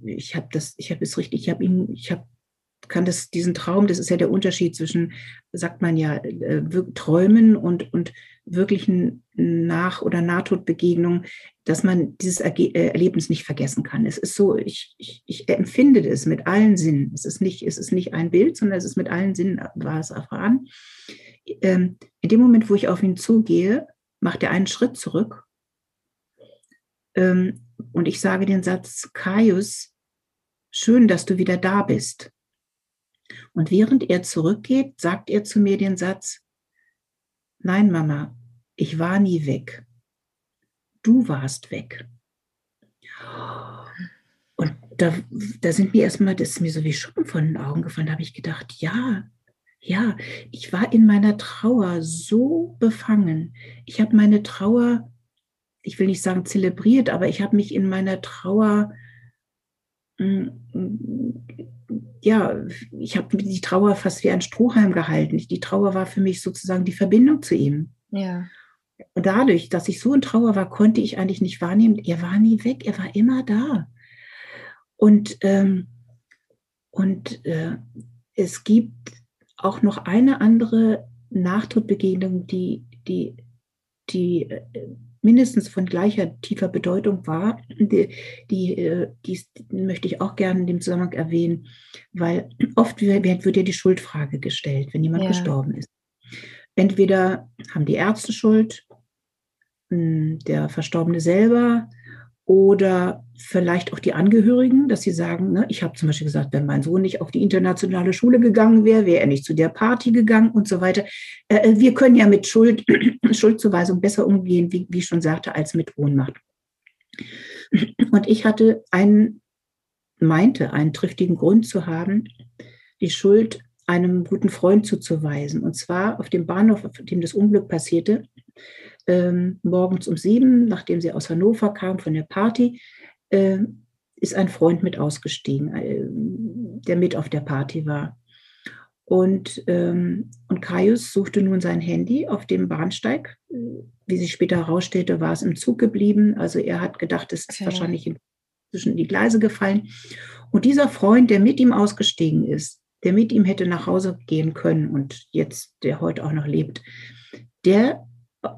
diesen Traum, das ist ja der Unterschied zwischen, sagt man ja, Träumen und wirklichen Nach- oder Nahtodbegegnungen, dass man dieses Erlebnis nicht vergessen kann. Es ist so, ich empfinde es mit allen Sinnen. Es ist nicht ein Bild, sondern es ist mit allen Sinnen, war es erfahren. In dem Moment, wo ich auf ihn zugehe, macht er einen Schritt zurück. Und ich sage den Satz, Caius, schön, dass du wieder da bist. Und während er zurückgeht, sagt er zu mir den Satz, nein, Mama, ich war nie weg. Du warst weg. Und da sind mir erstmal, das ist mir so wie Schuppen von den Augen gefallen, da habe ich gedacht, ja, ich war in meiner Trauer so befangen. Ich habe meine Trauer, ich will nicht sagen zelebriert, aber ich habe mich in meiner Trauer, ja, ich habe die Trauer fast wie ein Strohhalm gehalten. Die Trauer war für mich sozusagen die Verbindung zu ihm. Ja. Und dadurch, dass ich so in Trauer war, konnte ich eigentlich nicht wahrnehmen, er war nie weg, er war immer da. Und es gibt auch noch eine andere Nachtodbegegnung, die mindestens von gleicher tiefer Bedeutung war. Die möchte ich auch gerne in dem Zusammenhang erwähnen, weil oft wird ja die Schuldfrage gestellt, wenn jemand gestorben ist. Entweder haben die Ärzte Schuld, der Verstorbene selber oder vielleicht auch die Angehörigen, dass sie sagen, ne, ich habe zum Beispiel gesagt, wenn mein Sohn nicht auf die internationale Schule gegangen wäre, wäre er nicht zu der Party gegangen und so weiter. Wir können ja mit Schuldzuweisung besser umgehen, wie ich schon sagte, als mit Ohnmacht. Und ich meinte, einen triftigen Grund zu haben, die Schuld einem guten Freund zuzuweisen. Und zwar auf dem Bahnhof, auf dem das Unglück passierte, morgens um 7, nachdem sie aus Hannover kam von der Party, ist ein Freund mit ausgestiegen, der mit auf der Party war. Und Caius suchte nun sein Handy auf dem Bahnsteig. Wie sich später herausstellte, war es im Zug geblieben. Also er hat gedacht, es ist wahrscheinlich zwischen die Gleise gefallen. Und dieser Freund, der mit ihm ausgestiegen ist, der mit ihm hätte nach Hause gehen können und jetzt, der heute auch noch lebt, der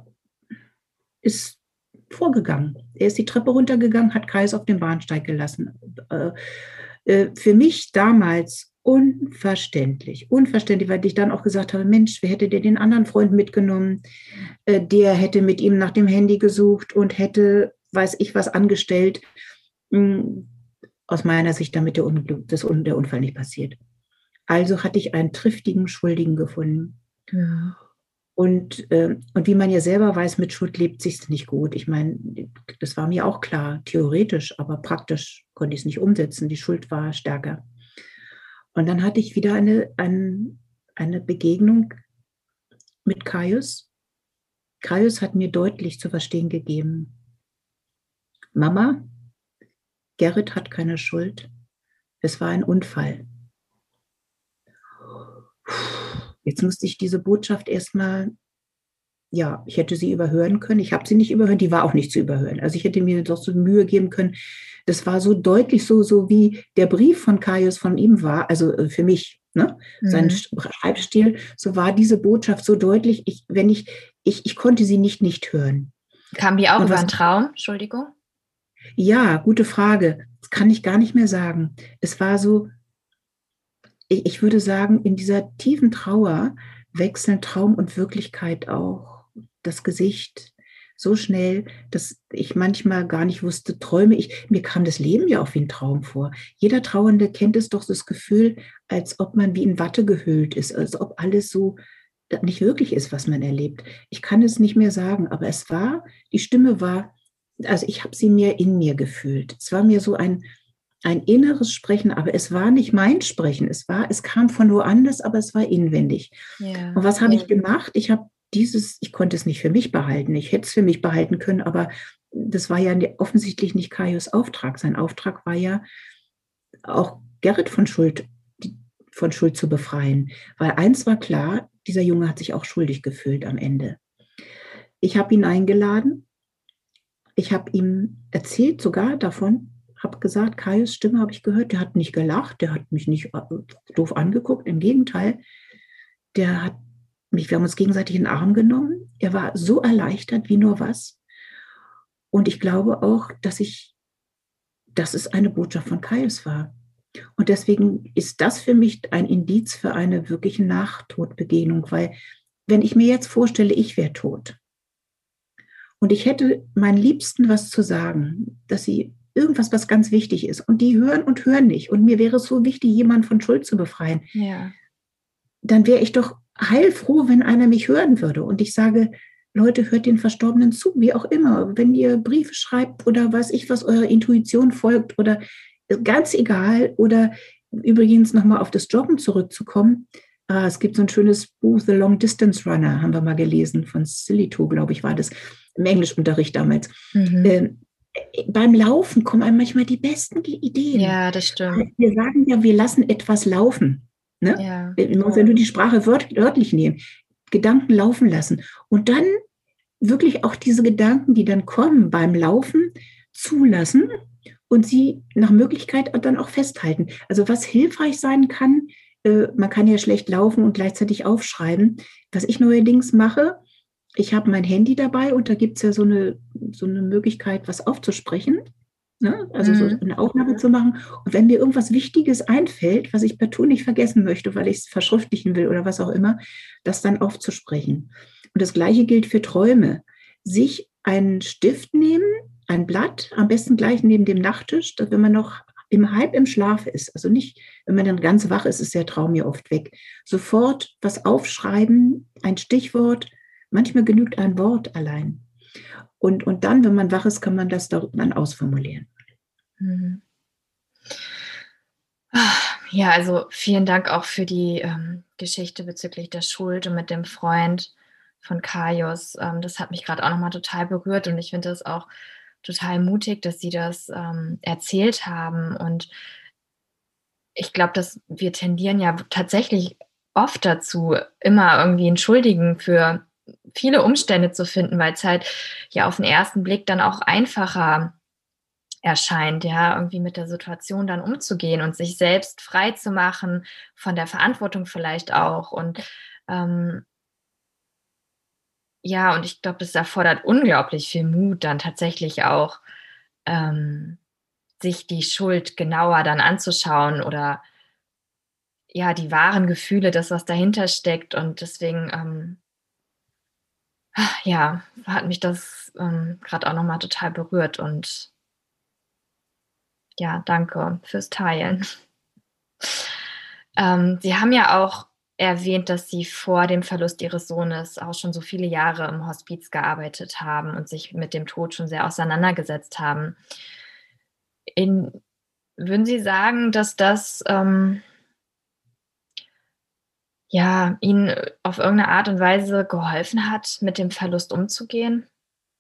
ist vorgegangen. Er ist die Treppe runtergegangen, hat Caius auf dem Bahnsteig gelassen. Für mich damals unverständlich, weil ich dann auch gesagt habe, Mensch, wer hätte den anderen Freund mitgenommen? Der hätte mit ihm nach dem Handy gesucht und hätte, weiß ich was, angestellt. Aus meiner Sicht, damit der Unfall nicht passiert. Also hatte ich einen triftigen Schuldigen gefunden. Ja. Und wie man ja selber weiß, mit Schuld lebt sich's nicht gut. Ich meine, das war mir auch klar, theoretisch, aber praktisch konnte ich es nicht umsetzen. Die Schuld war stärker. Und dann hatte ich wieder eine Begegnung mit Caius. Caius hat mir deutlich zu verstehen gegeben, Mama, Gerrit hat keine Schuld. Es war ein Unfall. Jetzt musste ich diese Botschaft erstmal, ja, ich hätte sie überhören können. Ich habe sie nicht überhört, die war auch nicht zu überhören. Also ich hätte mir doch so Mühe geben können. Das war so deutlich, so wie der Brief von Caius von ihm war, also für mich, ne? Sein Schreibstil, so war diese Botschaft so deutlich, ich konnte sie nicht hören. Kam die auch über einen Traum? Entschuldigung? Ja, gute Frage. Das kann ich gar nicht mehr sagen. Es war so, ich würde sagen, in dieser tiefen Trauer wechseln Traum und Wirklichkeit auch das Gesicht so schnell, dass ich manchmal gar nicht wusste, träume ich. Mir kam das Leben ja auch wie ein Traum vor. Jeder Trauernde kennt es doch, das Gefühl, als ob man wie in Watte gehüllt ist, als ob alles so nicht wirklich ist, was man erlebt. Ich kann es nicht mehr sagen, aber die Stimme war, also ich habe sie mehr in mir gefühlt. Es war mir so ein inneres Sprechen, aber es war nicht mein Sprechen. Es kam von woanders, aber es war inwendig. Ja. Und was habe ich gemacht? Ich konnte es nicht für mich behalten. Ich hätte es für mich behalten können, aber das war ja offensichtlich nicht Caius Auftrag. Sein Auftrag war ja auch Gerrit von Schuld zu befreien. Weil eins war klar, dieser Junge hat sich auch schuldig gefühlt am Ende. Ich habe ihn eingeladen. Ich habe ihm erzählt sogar davon, habe gesagt, Caius' Stimme habe ich gehört, der hat nicht gelacht, der hat mich nicht doof angeguckt, im Gegenteil, wir haben uns gegenseitig in den Arm genommen, er war so erleichtert wie nur was und ich glaube auch, dass es eine Botschaft von Caius war und deswegen ist das für mich ein Indiz für eine wirkliche Nachtodbegegnung, weil wenn ich mir jetzt vorstelle, ich wäre tot und ich hätte meinen Liebsten was zu sagen, dass sie irgendwas, was ganz wichtig ist. Und die hören und hören nicht. Und mir wäre es so wichtig, jemanden von Schuld zu befreien. Ja. Dann wäre ich doch heilfroh, wenn einer mich hören würde. Und ich sage, Leute, hört den Verstorbenen zu, wie auch immer. Wenn ihr Briefe schreibt oder weiß ich was, eurer Intuition folgt oder ganz egal. Oder übrigens nochmal auf das Joggen zurückzukommen. Es gibt so ein schönes Buch, The Long Distance Runner, haben wir mal gelesen, von Silito, glaube ich, war das, im Englischunterricht damals. Beim Laufen kommen einem manchmal die besten Ideen. Ja, das stimmt. Wir sagen ja, wir lassen etwas laufen. Ne? Ja. Man muss ja nur die Sprache wörtlich nehmen. Gedanken laufen lassen. Und dann wirklich auch diese Gedanken, die dann kommen beim Laufen, zulassen und sie nach Möglichkeit dann auch festhalten. Also was hilfreich sein kann, man kann ja schlecht laufen und gleichzeitig aufschreiben. Was ich neuerdings mache, ich habe mein Handy dabei und da gibt es ja so eine Möglichkeit, was aufzusprechen, ne? Also so eine Aufnahme zu machen. Und wenn mir irgendwas Wichtiges einfällt, was ich partout nicht vergessen möchte, weil ich es verschriftlichen will oder was auch immer, das dann aufzusprechen. Und das Gleiche gilt für Träume. Sich einen Stift nehmen, ein Blatt, am besten gleich neben dem Nachttisch, dass wenn man noch halb im Schlaf ist, also nicht, wenn man dann ganz wach ist, ist der Traum ja oft weg. Sofort was aufschreiben, ein Stichwort, manchmal genügt ein Wort allein. Und dann, wenn man wach ist, kann man das dann ausformulieren. Ja, also vielen Dank auch für die Geschichte bezüglich der Schuld und mit dem Freund von Kaius. Das hat mich gerade auch nochmal total berührt und ich finde das auch total mutig, dass Sie das erzählt haben. Und ich glaube, dass wir tendieren ja tatsächlich oft dazu, immer irgendwie einen Schuldigen für viele Umstände zu finden, weil es halt ja auf den ersten Blick dann auch einfacher erscheint, ja, irgendwie mit der Situation dann umzugehen und sich selbst frei zu machen von der Verantwortung vielleicht auch. Und ja, und ich glaube, das erfordert unglaublich viel Mut, dann tatsächlich auch sich die Schuld genauer dann anzuschauen oder ja, die wahren Gefühle, das, was dahinter steckt. Und deswegen, ja, hat mich das gerade auch nochmal total berührt und ja, danke fürs Teilen. Sie haben ja auch erwähnt, dass Sie vor dem Verlust Ihres Sohnes auch schon so viele Jahre im Hospiz gearbeitet haben und sich mit dem Tod schon sehr auseinandergesetzt haben. Würden Sie sagen, dass das ja, Ihnen auf irgendeine Art und Weise geholfen hat, mit dem Verlust umzugehen?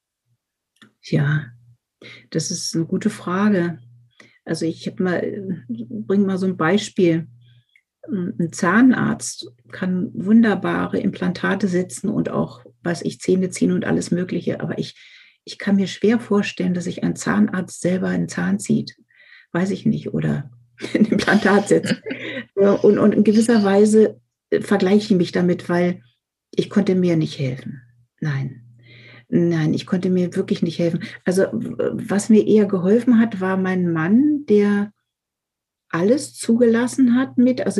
Ja, das ist eine gute Frage. Also ich bringe mal so ein Beispiel. Ein Zahnarzt kann wunderbare Implantate setzen und auch, weiß ich, Zähne ziehen und alles Mögliche. Aber ich kann mir schwer vorstellen, dass sich ein Zahnarzt selber einen Zahn zieht. Weiß ich nicht. Oder ein Implantat setzt. Und in gewisser Weise vergleiche ich mich damit, weil ich konnte mir nicht helfen. Nein, ich konnte mir wirklich nicht helfen. Also was mir eher geholfen hat, war mein Mann, der alles zugelassen hat also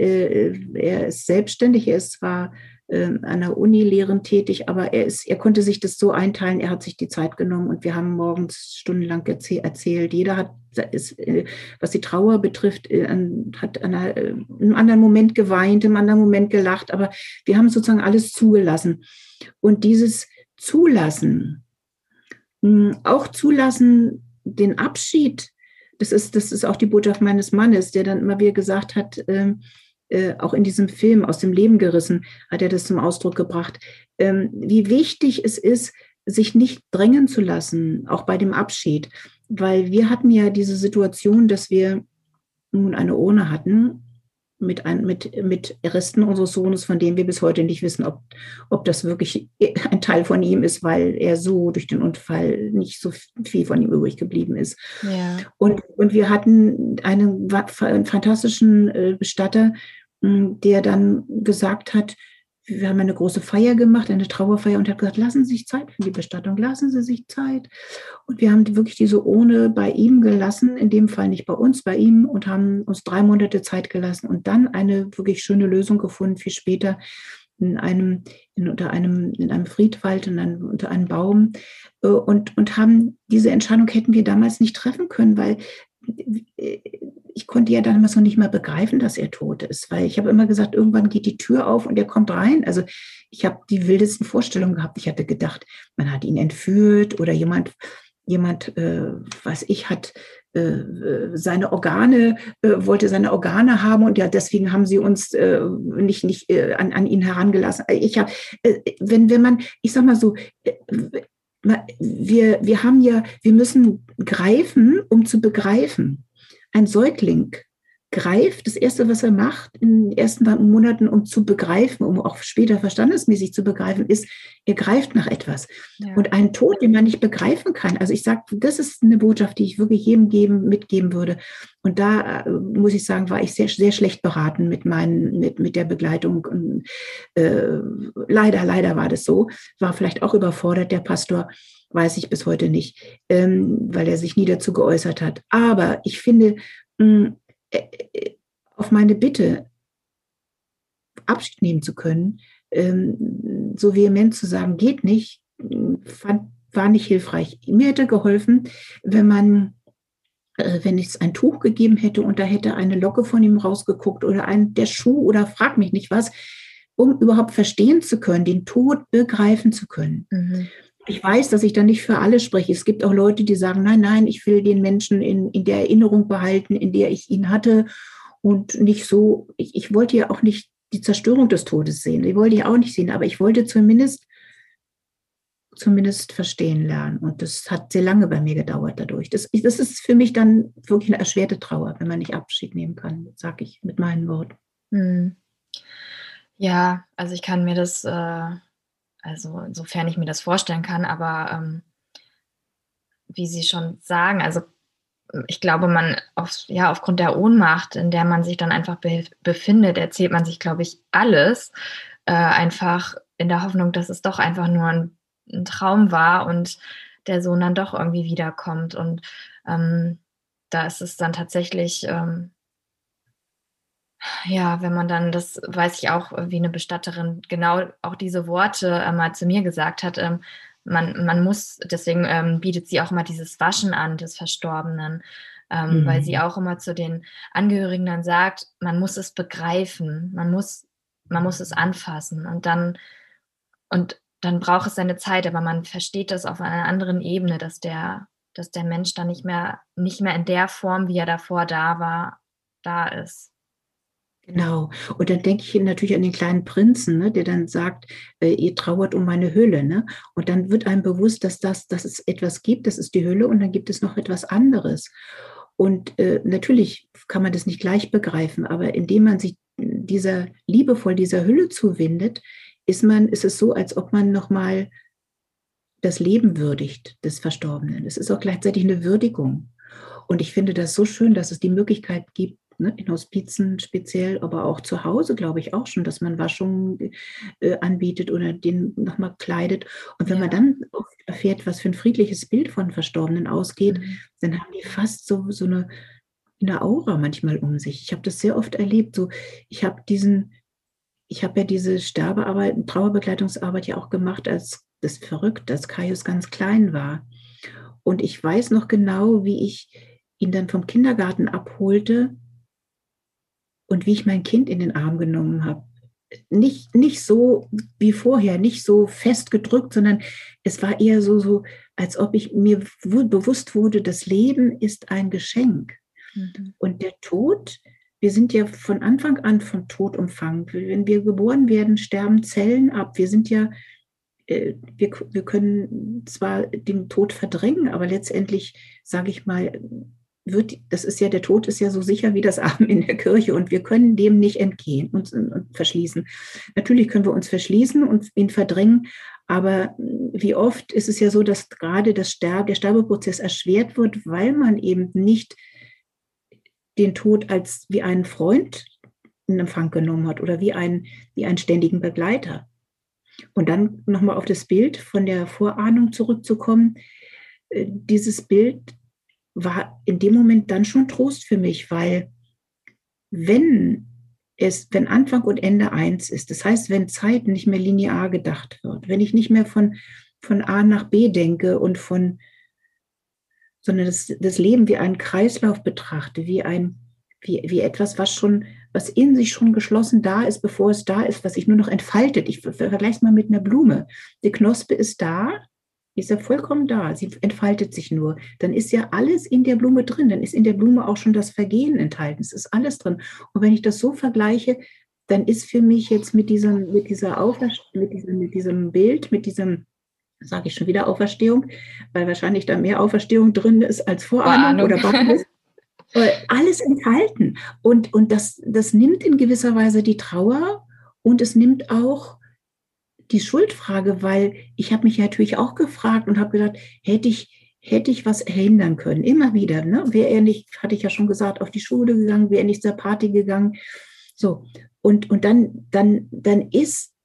er ist selbstständig, er ist zwar an der Uni lehrend tätig, aber er konnte sich das so einteilen, er hat sich die Zeit genommen und wir haben morgens stundenlang erzählt. Jeder was die Trauer betrifft, hat in einem anderen Moment geweint, im anderen Moment gelacht, aber wir haben sozusagen alles zugelassen. Und dieses Zulassen, auch zulassen, den Abschied, das ist auch die Botschaft meines Mannes, der dann immer wieder gesagt hat, auch in diesem Film Aus dem Leben gerissen, hat er das zum Ausdruck gebracht, wie wichtig es ist, sich nicht drängen zu lassen, auch bei dem Abschied. Weil wir hatten ja diese Situation, dass wir nun eine Urne hatten mit Resten unseres Sohnes, von denen wir bis heute nicht wissen, ob das wirklich ein Teil von ihm ist, weil er so durch den Unfall nicht so viel von ihm übrig geblieben ist. Ja. Und wir hatten einen fantastischen Bestatter, der dann gesagt hat, wir haben eine große Feier gemacht, eine Trauerfeier, und hat gesagt, lassen Sie sich Zeit für die Bestattung, lassen Sie sich Zeit. Und wir haben wirklich diese Urne bei ihm gelassen, in dem Fall nicht bei uns, bei ihm, und haben uns 3 Monate Zeit gelassen und dann eine wirklich schöne Lösung gefunden, viel später in einem Friedwald, unter einem Baum, und haben diese Entscheidung hätten wir damals nicht treffen können, weil ich konnte ja damals noch nicht mal begreifen, dass er tot ist, weil ich habe immer gesagt, irgendwann geht die Tür auf und er kommt rein. Also ich habe die wildesten Vorstellungen gehabt. Ich hatte gedacht, man hat ihn entführt oder jemand, was ich, hat seine Organe, wollte seine Organe haben und ja, deswegen haben sie uns nicht an ihn herangelassen. Wenn man, ich sag mal so, wir müssen greifen, um zu begreifen. Ein Säugling greift, das Erste, was er macht in den ersten Monaten, um zu begreifen, um auch später verstandesmäßig zu begreifen, ist, er greift nach etwas. Ja. Und einen Tod, den man nicht begreifen kann, also ich sage, das ist eine Botschaft, die ich wirklich jedem mitgeben würde. Und da muss ich sagen, war ich sehr, sehr schlecht beraten mit der Begleitung. Und, leider war das so, war vielleicht auch überfordert, der Pastor, weiß ich bis heute nicht, weil er sich nie dazu geäußert hat. Aber ich finde, auf meine Bitte, Abschied nehmen zu können, so vehement zu sagen, geht nicht, war nicht hilfreich. Mir hätte geholfen, wenn es ein Tuch gegeben hätte und da hätte eine Locke von ihm rausgeguckt oder der Schuh oder frag mich nicht was, um überhaupt verstehen zu können, den Tod begreifen zu können. Mhm. Ich weiß, dass ich da nicht für alle spreche. Es gibt auch Leute, die sagen, nein, ich will den Menschen in der Erinnerung behalten, in der ich ihn hatte und nicht so, ich wollte ja auch nicht die Zerstörung des Todes sehen. Ich wollte ja auch nicht sehen, aber ich wollte zumindest verstehen lernen. Und das hat sehr lange bei mir gedauert dadurch. Das ist für mich dann wirklich eine erschwerte Trauer, wenn man nicht Abschied nehmen kann, sage ich mit meinen Worten. Hm. Ja, also ich kann mir das... Also insofern ich mir das vorstellen kann, aber wie Sie schon sagen, also ich glaube, aufgrund der Ohnmacht, in der man sich dann einfach befindet, erzählt man sich, glaube ich, alles, einfach in der Hoffnung, dass es doch einfach nur ein Traum war und der Sohn dann doch irgendwie wiederkommt. Und da ist es dann tatsächlich... Ja, wenn man dann, das weiß ich auch, wie eine Bestatterin genau auch diese Worte mal zu mir gesagt hat, man muss, deswegen bietet sie auch immer dieses Waschen an des Verstorbenen, weil sie auch immer zu den Angehörigen dann sagt, man muss es begreifen, man muss es anfassen und dann braucht es seine Zeit, aber man versteht das auf einer anderen Ebene, dass der Mensch dann nicht mehr in der Form, wie er davor da war, da ist. Genau. Und dann denke ich natürlich an den kleinen Prinzen, ne, der dann sagt, ihr trauert um meine Hülle. Ne? Und dann wird einem bewusst, dass es etwas gibt, das ist die Hülle und dann gibt es noch etwas anderes. Und natürlich kann man das nicht gleich begreifen, aber indem man sich liebevoll dieser Hülle zuwendet, ist es so, als ob man nochmal das Leben würdigt des Verstorbenen. Es ist auch gleichzeitig eine Würdigung. Und ich finde das so schön, dass es die Möglichkeit gibt, in Hospizen speziell, aber auch zu Hause, glaube ich auch schon, dass man Waschungen anbietet oder den nochmal kleidet. Und wenn man dann erfährt, was für ein friedliches Bild von Verstorbenen ausgeht, dann haben die fast so eine Aura manchmal um sich. Ich habe das sehr oft erlebt. So, ich habe ja diese Sterbearbeit, Trauerbegleitungsarbeit ja auch gemacht, als Kaius ganz klein war. Und ich weiß noch genau, wie ich ihn dann vom Kindergarten abholte und wie ich mein Kind in den Arm genommen habe. Nicht so wie vorher, nicht so fest gedrückt, sondern es war eher so, als ob ich mir bewusst wurde, das Leben ist ein Geschenk. Mhm. Und der Tod, wir sind ja von Anfang an von Tod umfangen. Wenn wir geboren werden, sterben Zellen ab. Wir sind ja, wir können zwar den Tod verdrängen, aber letztendlich, sage ich mal, der Tod ist ja so sicher wie das Amen in der Kirche und wir können dem nicht entgehen und verschließen. Natürlich können wir uns verschließen und ihn verdrängen, aber wie oft ist es ja so, dass gerade der Sterbeprozess erschwert wird, weil man eben nicht den Tod als wie einen Freund in Empfang genommen hat oder wie einen ständigen Begleiter. Und dann nochmal auf das Bild von der Vorahnung zurückzukommen. Dieses Bild war in dem Moment dann schon Trost für mich, weil wenn Anfang und Ende eins ist, das heißt, wenn Zeit nicht mehr linear gedacht wird, wenn ich nicht mehr von A nach B denke sondern das Leben wie einen Kreislauf betrachte, wie ein wie etwas, was in sich schon geschlossen da ist, bevor es da ist, was sich nur noch entfaltet. Ich vergleiche es mal mit einer Blume. Die Knospe ist da, die ist ja vollkommen da, sie entfaltet sich nur. Dann ist ja alles in der Blume drin, dann ist in der Blume auch schon das Vergehen enthalten, es ist alles drin. Und wenn ich das so vergleiche, dann ist für mich jetzt mit diesem Bild, sage ich schon wieder Auferstehung, weil wahrscheinlich da mehr Auferstehung drin ist als Vorahnung oder beides. Alles enthalten. Und das nimmt in gewisser Weise die Trauer und es nimmt auch die Schuldfrage, weil ich habe mich natürlich auch gefragt und habe gedacht, hätte ich was verhindern können, immer wieder. Ne? Wäre er nicht, hatte ich ja schon gesagt, auf die Schule gegangen, wäre er nicht zur Party gegangen. So. Und dann ist,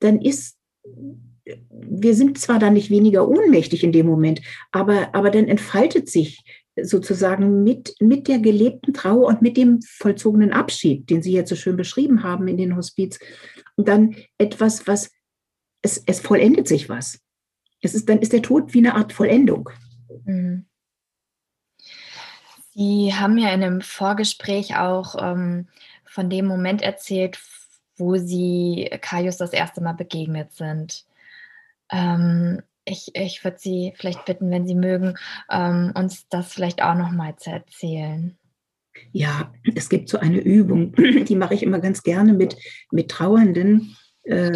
wir sind zwar dann nicht weniger ohnmächtig in dem Moment, aber dann entfaltet sich sozusagen mit der gelebten Trauer und mit dem vollzogenen Abschied, den Sie jetzt so schön beschrieben haben in den Hospiz, und dann etwas, es vollendet sich was. Dann ist der Tod wie eine Art Vollendung. Mhm. Sie haben ja in einem Vorgespräch auch von dem Moment erzählt, wo Sie Kaius das erste Mal begegnet sind. Ich würde Sie vielleicht bitten, wenn Sie mögen, uns das vielleicht auch noch mal zu erzählen. Ja, es gibt so eine Übung, die mache ich immer ganz gerne mit Trauernden. Da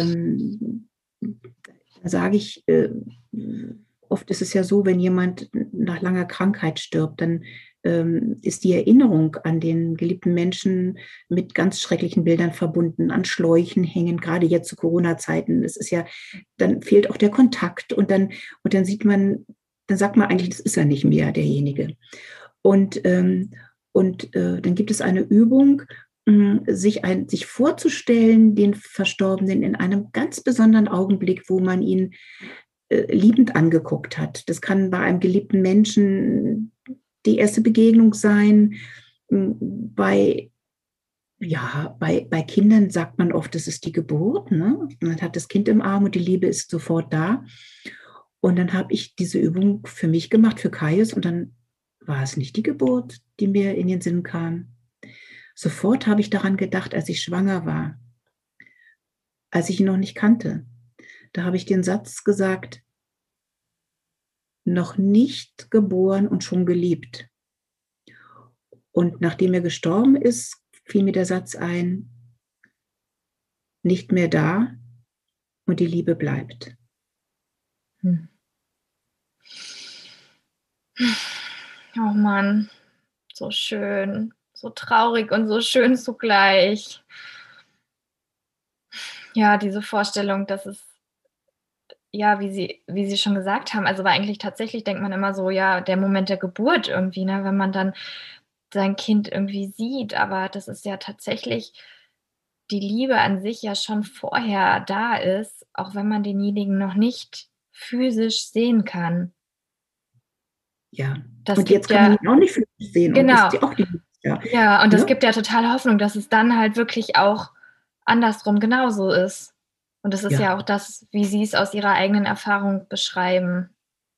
sage ich, oft ist es ja so, wenn jemand nach langer Krankheit stirbt, dann ist die Erinnerung an den geliebten Menschen mit ganz schrecklichen Bildern verbunden, an Schläuchen hängen, gerade jetzt zu Corona-Zeiten. Es ist ja, dann fehlt auch der Kontakt und dann sieht man, dann sagt man eigentlich, das ist ja nicht mehr derjenige. Und dann gibt es eine Übung, sich vorzustellen, den Verstorbenen in einem ganz besonderen Augenblick, wo man ihn liebend angeguckt hat. Das kann bei einem geliebten Menschen die erste Begegnung sein. Bei Kindern sagt man oft, das ist die Geburt. Ne? Man hat das Kind im Arm und die Liebe ist sofort da. Und dann habe ich diese Übung für mich gemacht, für Kaius, und dann war es nicht die Geburt, die mir in den Sinn kam. Sofort habe ich daran gedacht, als ich schwanger war, als ich ihn noch nicht kannte. Da habe ich den Satz gesagt, noch nicht geboren und schon geliebt. Und nachdem er gestorben ist, fiel mir der Satz ein, nicht mehr da und die Liebe bleibt. Oh Mann, so schön, so traurig und so schön zugleich. Ja, diese Vorstellung, dass es, ja, wie Sie schon gesagt haben, also war eigentlich tatsächlich, denkt man immer so, ja, der Moment der Geburt irgendwie, ne, wenn man dann sein Kind irgendwie sieht, aber das ist ja tatsächlich die Liebe an sich ja schon vorher da ist, auch wenn man denjenigen noch nicht physisch sehen kann. Ja, Das und jetzt kann man ihn auch nicht physisch sehen. Genau. Und ist auch die Liebe. Ja, und das gibt ja total Hoffnung, dass es dann halt wirklich auch andersrum genauso ist. Und das ist ja auch das, wie Sie es aus Ihrer eigenen Erfahrung beschreiben.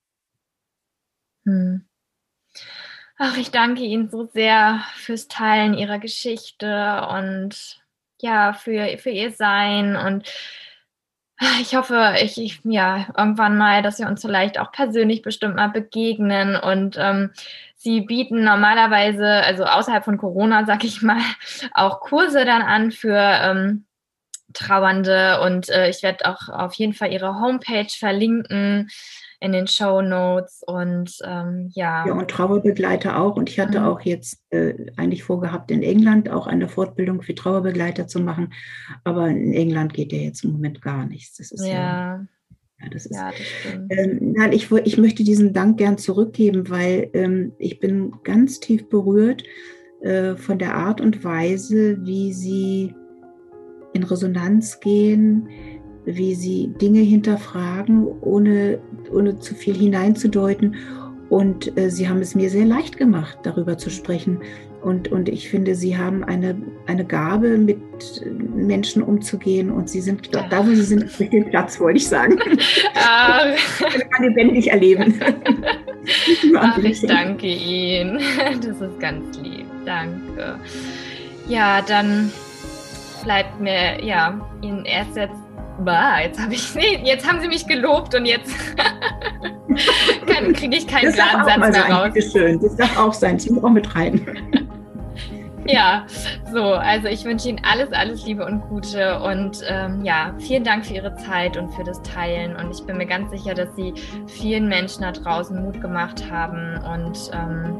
Ach, ich danke Ihnen so sehr fürs Teilen Ihrer Geschichte und ja, für Ihr Sein. Und ich hoffe, irgendwann mal, dass wir uns vielleicht auch persönlich bestimmt mal begegnen. Und Sie bieten normalerweise, also außerhalb von Corona, sag ich mal, auch Kurse dann an für Trauernde. Und ich werde auch auf jeden Fall Ihre Homepage verlinken in den Shownotes. Und Ja, und Trauerbegleiter auch. Und ich hatte auch jetzt eigentlich vorgehabt, in England auch eine Fortbildung für Trauerbegleiter zu machen. Aber in England geht ja jetzt im Moment gar nichts. Das ist das stimmt. Nein, ich möchte diesen Dank gern zurückgeben, weil ich bin ganz tief berührt von der Art und Weise, wie Sie in Resonanz gehen, wie Sie Dinge hinterfragen, ohne zu viel hineinzudeuten. Und Sie haben es mir sehr leicht gemacht, darüber zu sprechen. Und ich finde, Sie haben eine Gabe, mit Menschen umzugehen. Und Sie sind da, wo Sie sind, auf dem Platz, wollte ich sagen. Das kann lebendig erleben. Ach, ich danke Ihnen. Das ist ganz lieb. Danke. Ja, dann bleibt mir, Ihnen erst jetzt haben Sie mich gelobt und jetzt kriege ich keinen klaren Satz mehr raus. Schön. Das darf auch sein, das muss auch mit rein. Ja, also ich wünsche Ihnen alles Liebe und Gute und vielen Dank für Ihre Zeit und für das Teilen und ich bin mir ganz sicher, dass Sie vielen Menschen da draußen Mut gemacht haben und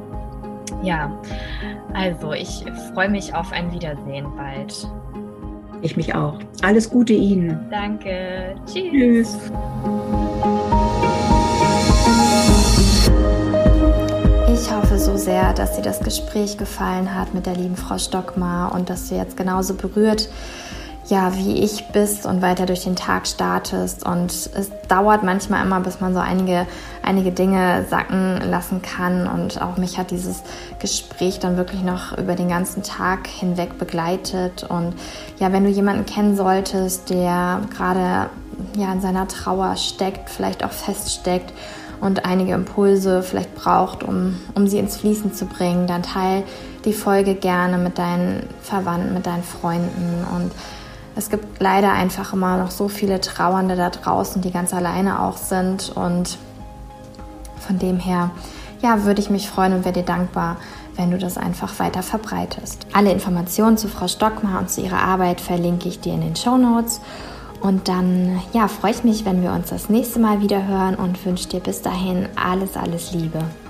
also ich freue mich auf ein Wiedersehen bald. Ich mich auch. Alles Gute Ihnen. Danke. Tschüss. Ich hoffe so sehr, dass dir das Gespräch gefallen hat mit der lieben Frau Stockmar und dass du jetzt genauso berührt, wie ich bist und weiter durch den Tag startest. Und es dauert manchmal immer, bis man so einige Dinge sacken lassen kann. Und auch mich hat dieses Gespräch dann wirklich noch über den ganzen Tag hinweg begleitet. Und wenn du jemanden kennen solltest, der gerade in seiner Trauer steckt, vielleicht auch feststeckt und einige Impulse vielleicht braucht, um sie ins Fließen zu bringen, dann teil die Folge gerne mit deinen Verwandten, mit deinen Freunden. Und es gibt leider einfach immer noch so viele Trauernde da draußen, die ganz alleine auch sind. Und von dem her, würde ich mich freuen und wäre dir dankbar, wenn du das einfach weiter verbreitest. Alle Informationen zu Frau Stockmar und zu ihrer Arbeit verlinke ich dir in den Shownotes. Und dann, freue ich mich, wenn wir uns das nächste Mal wieder hören und wünsche dir bis dahin alles Liebe.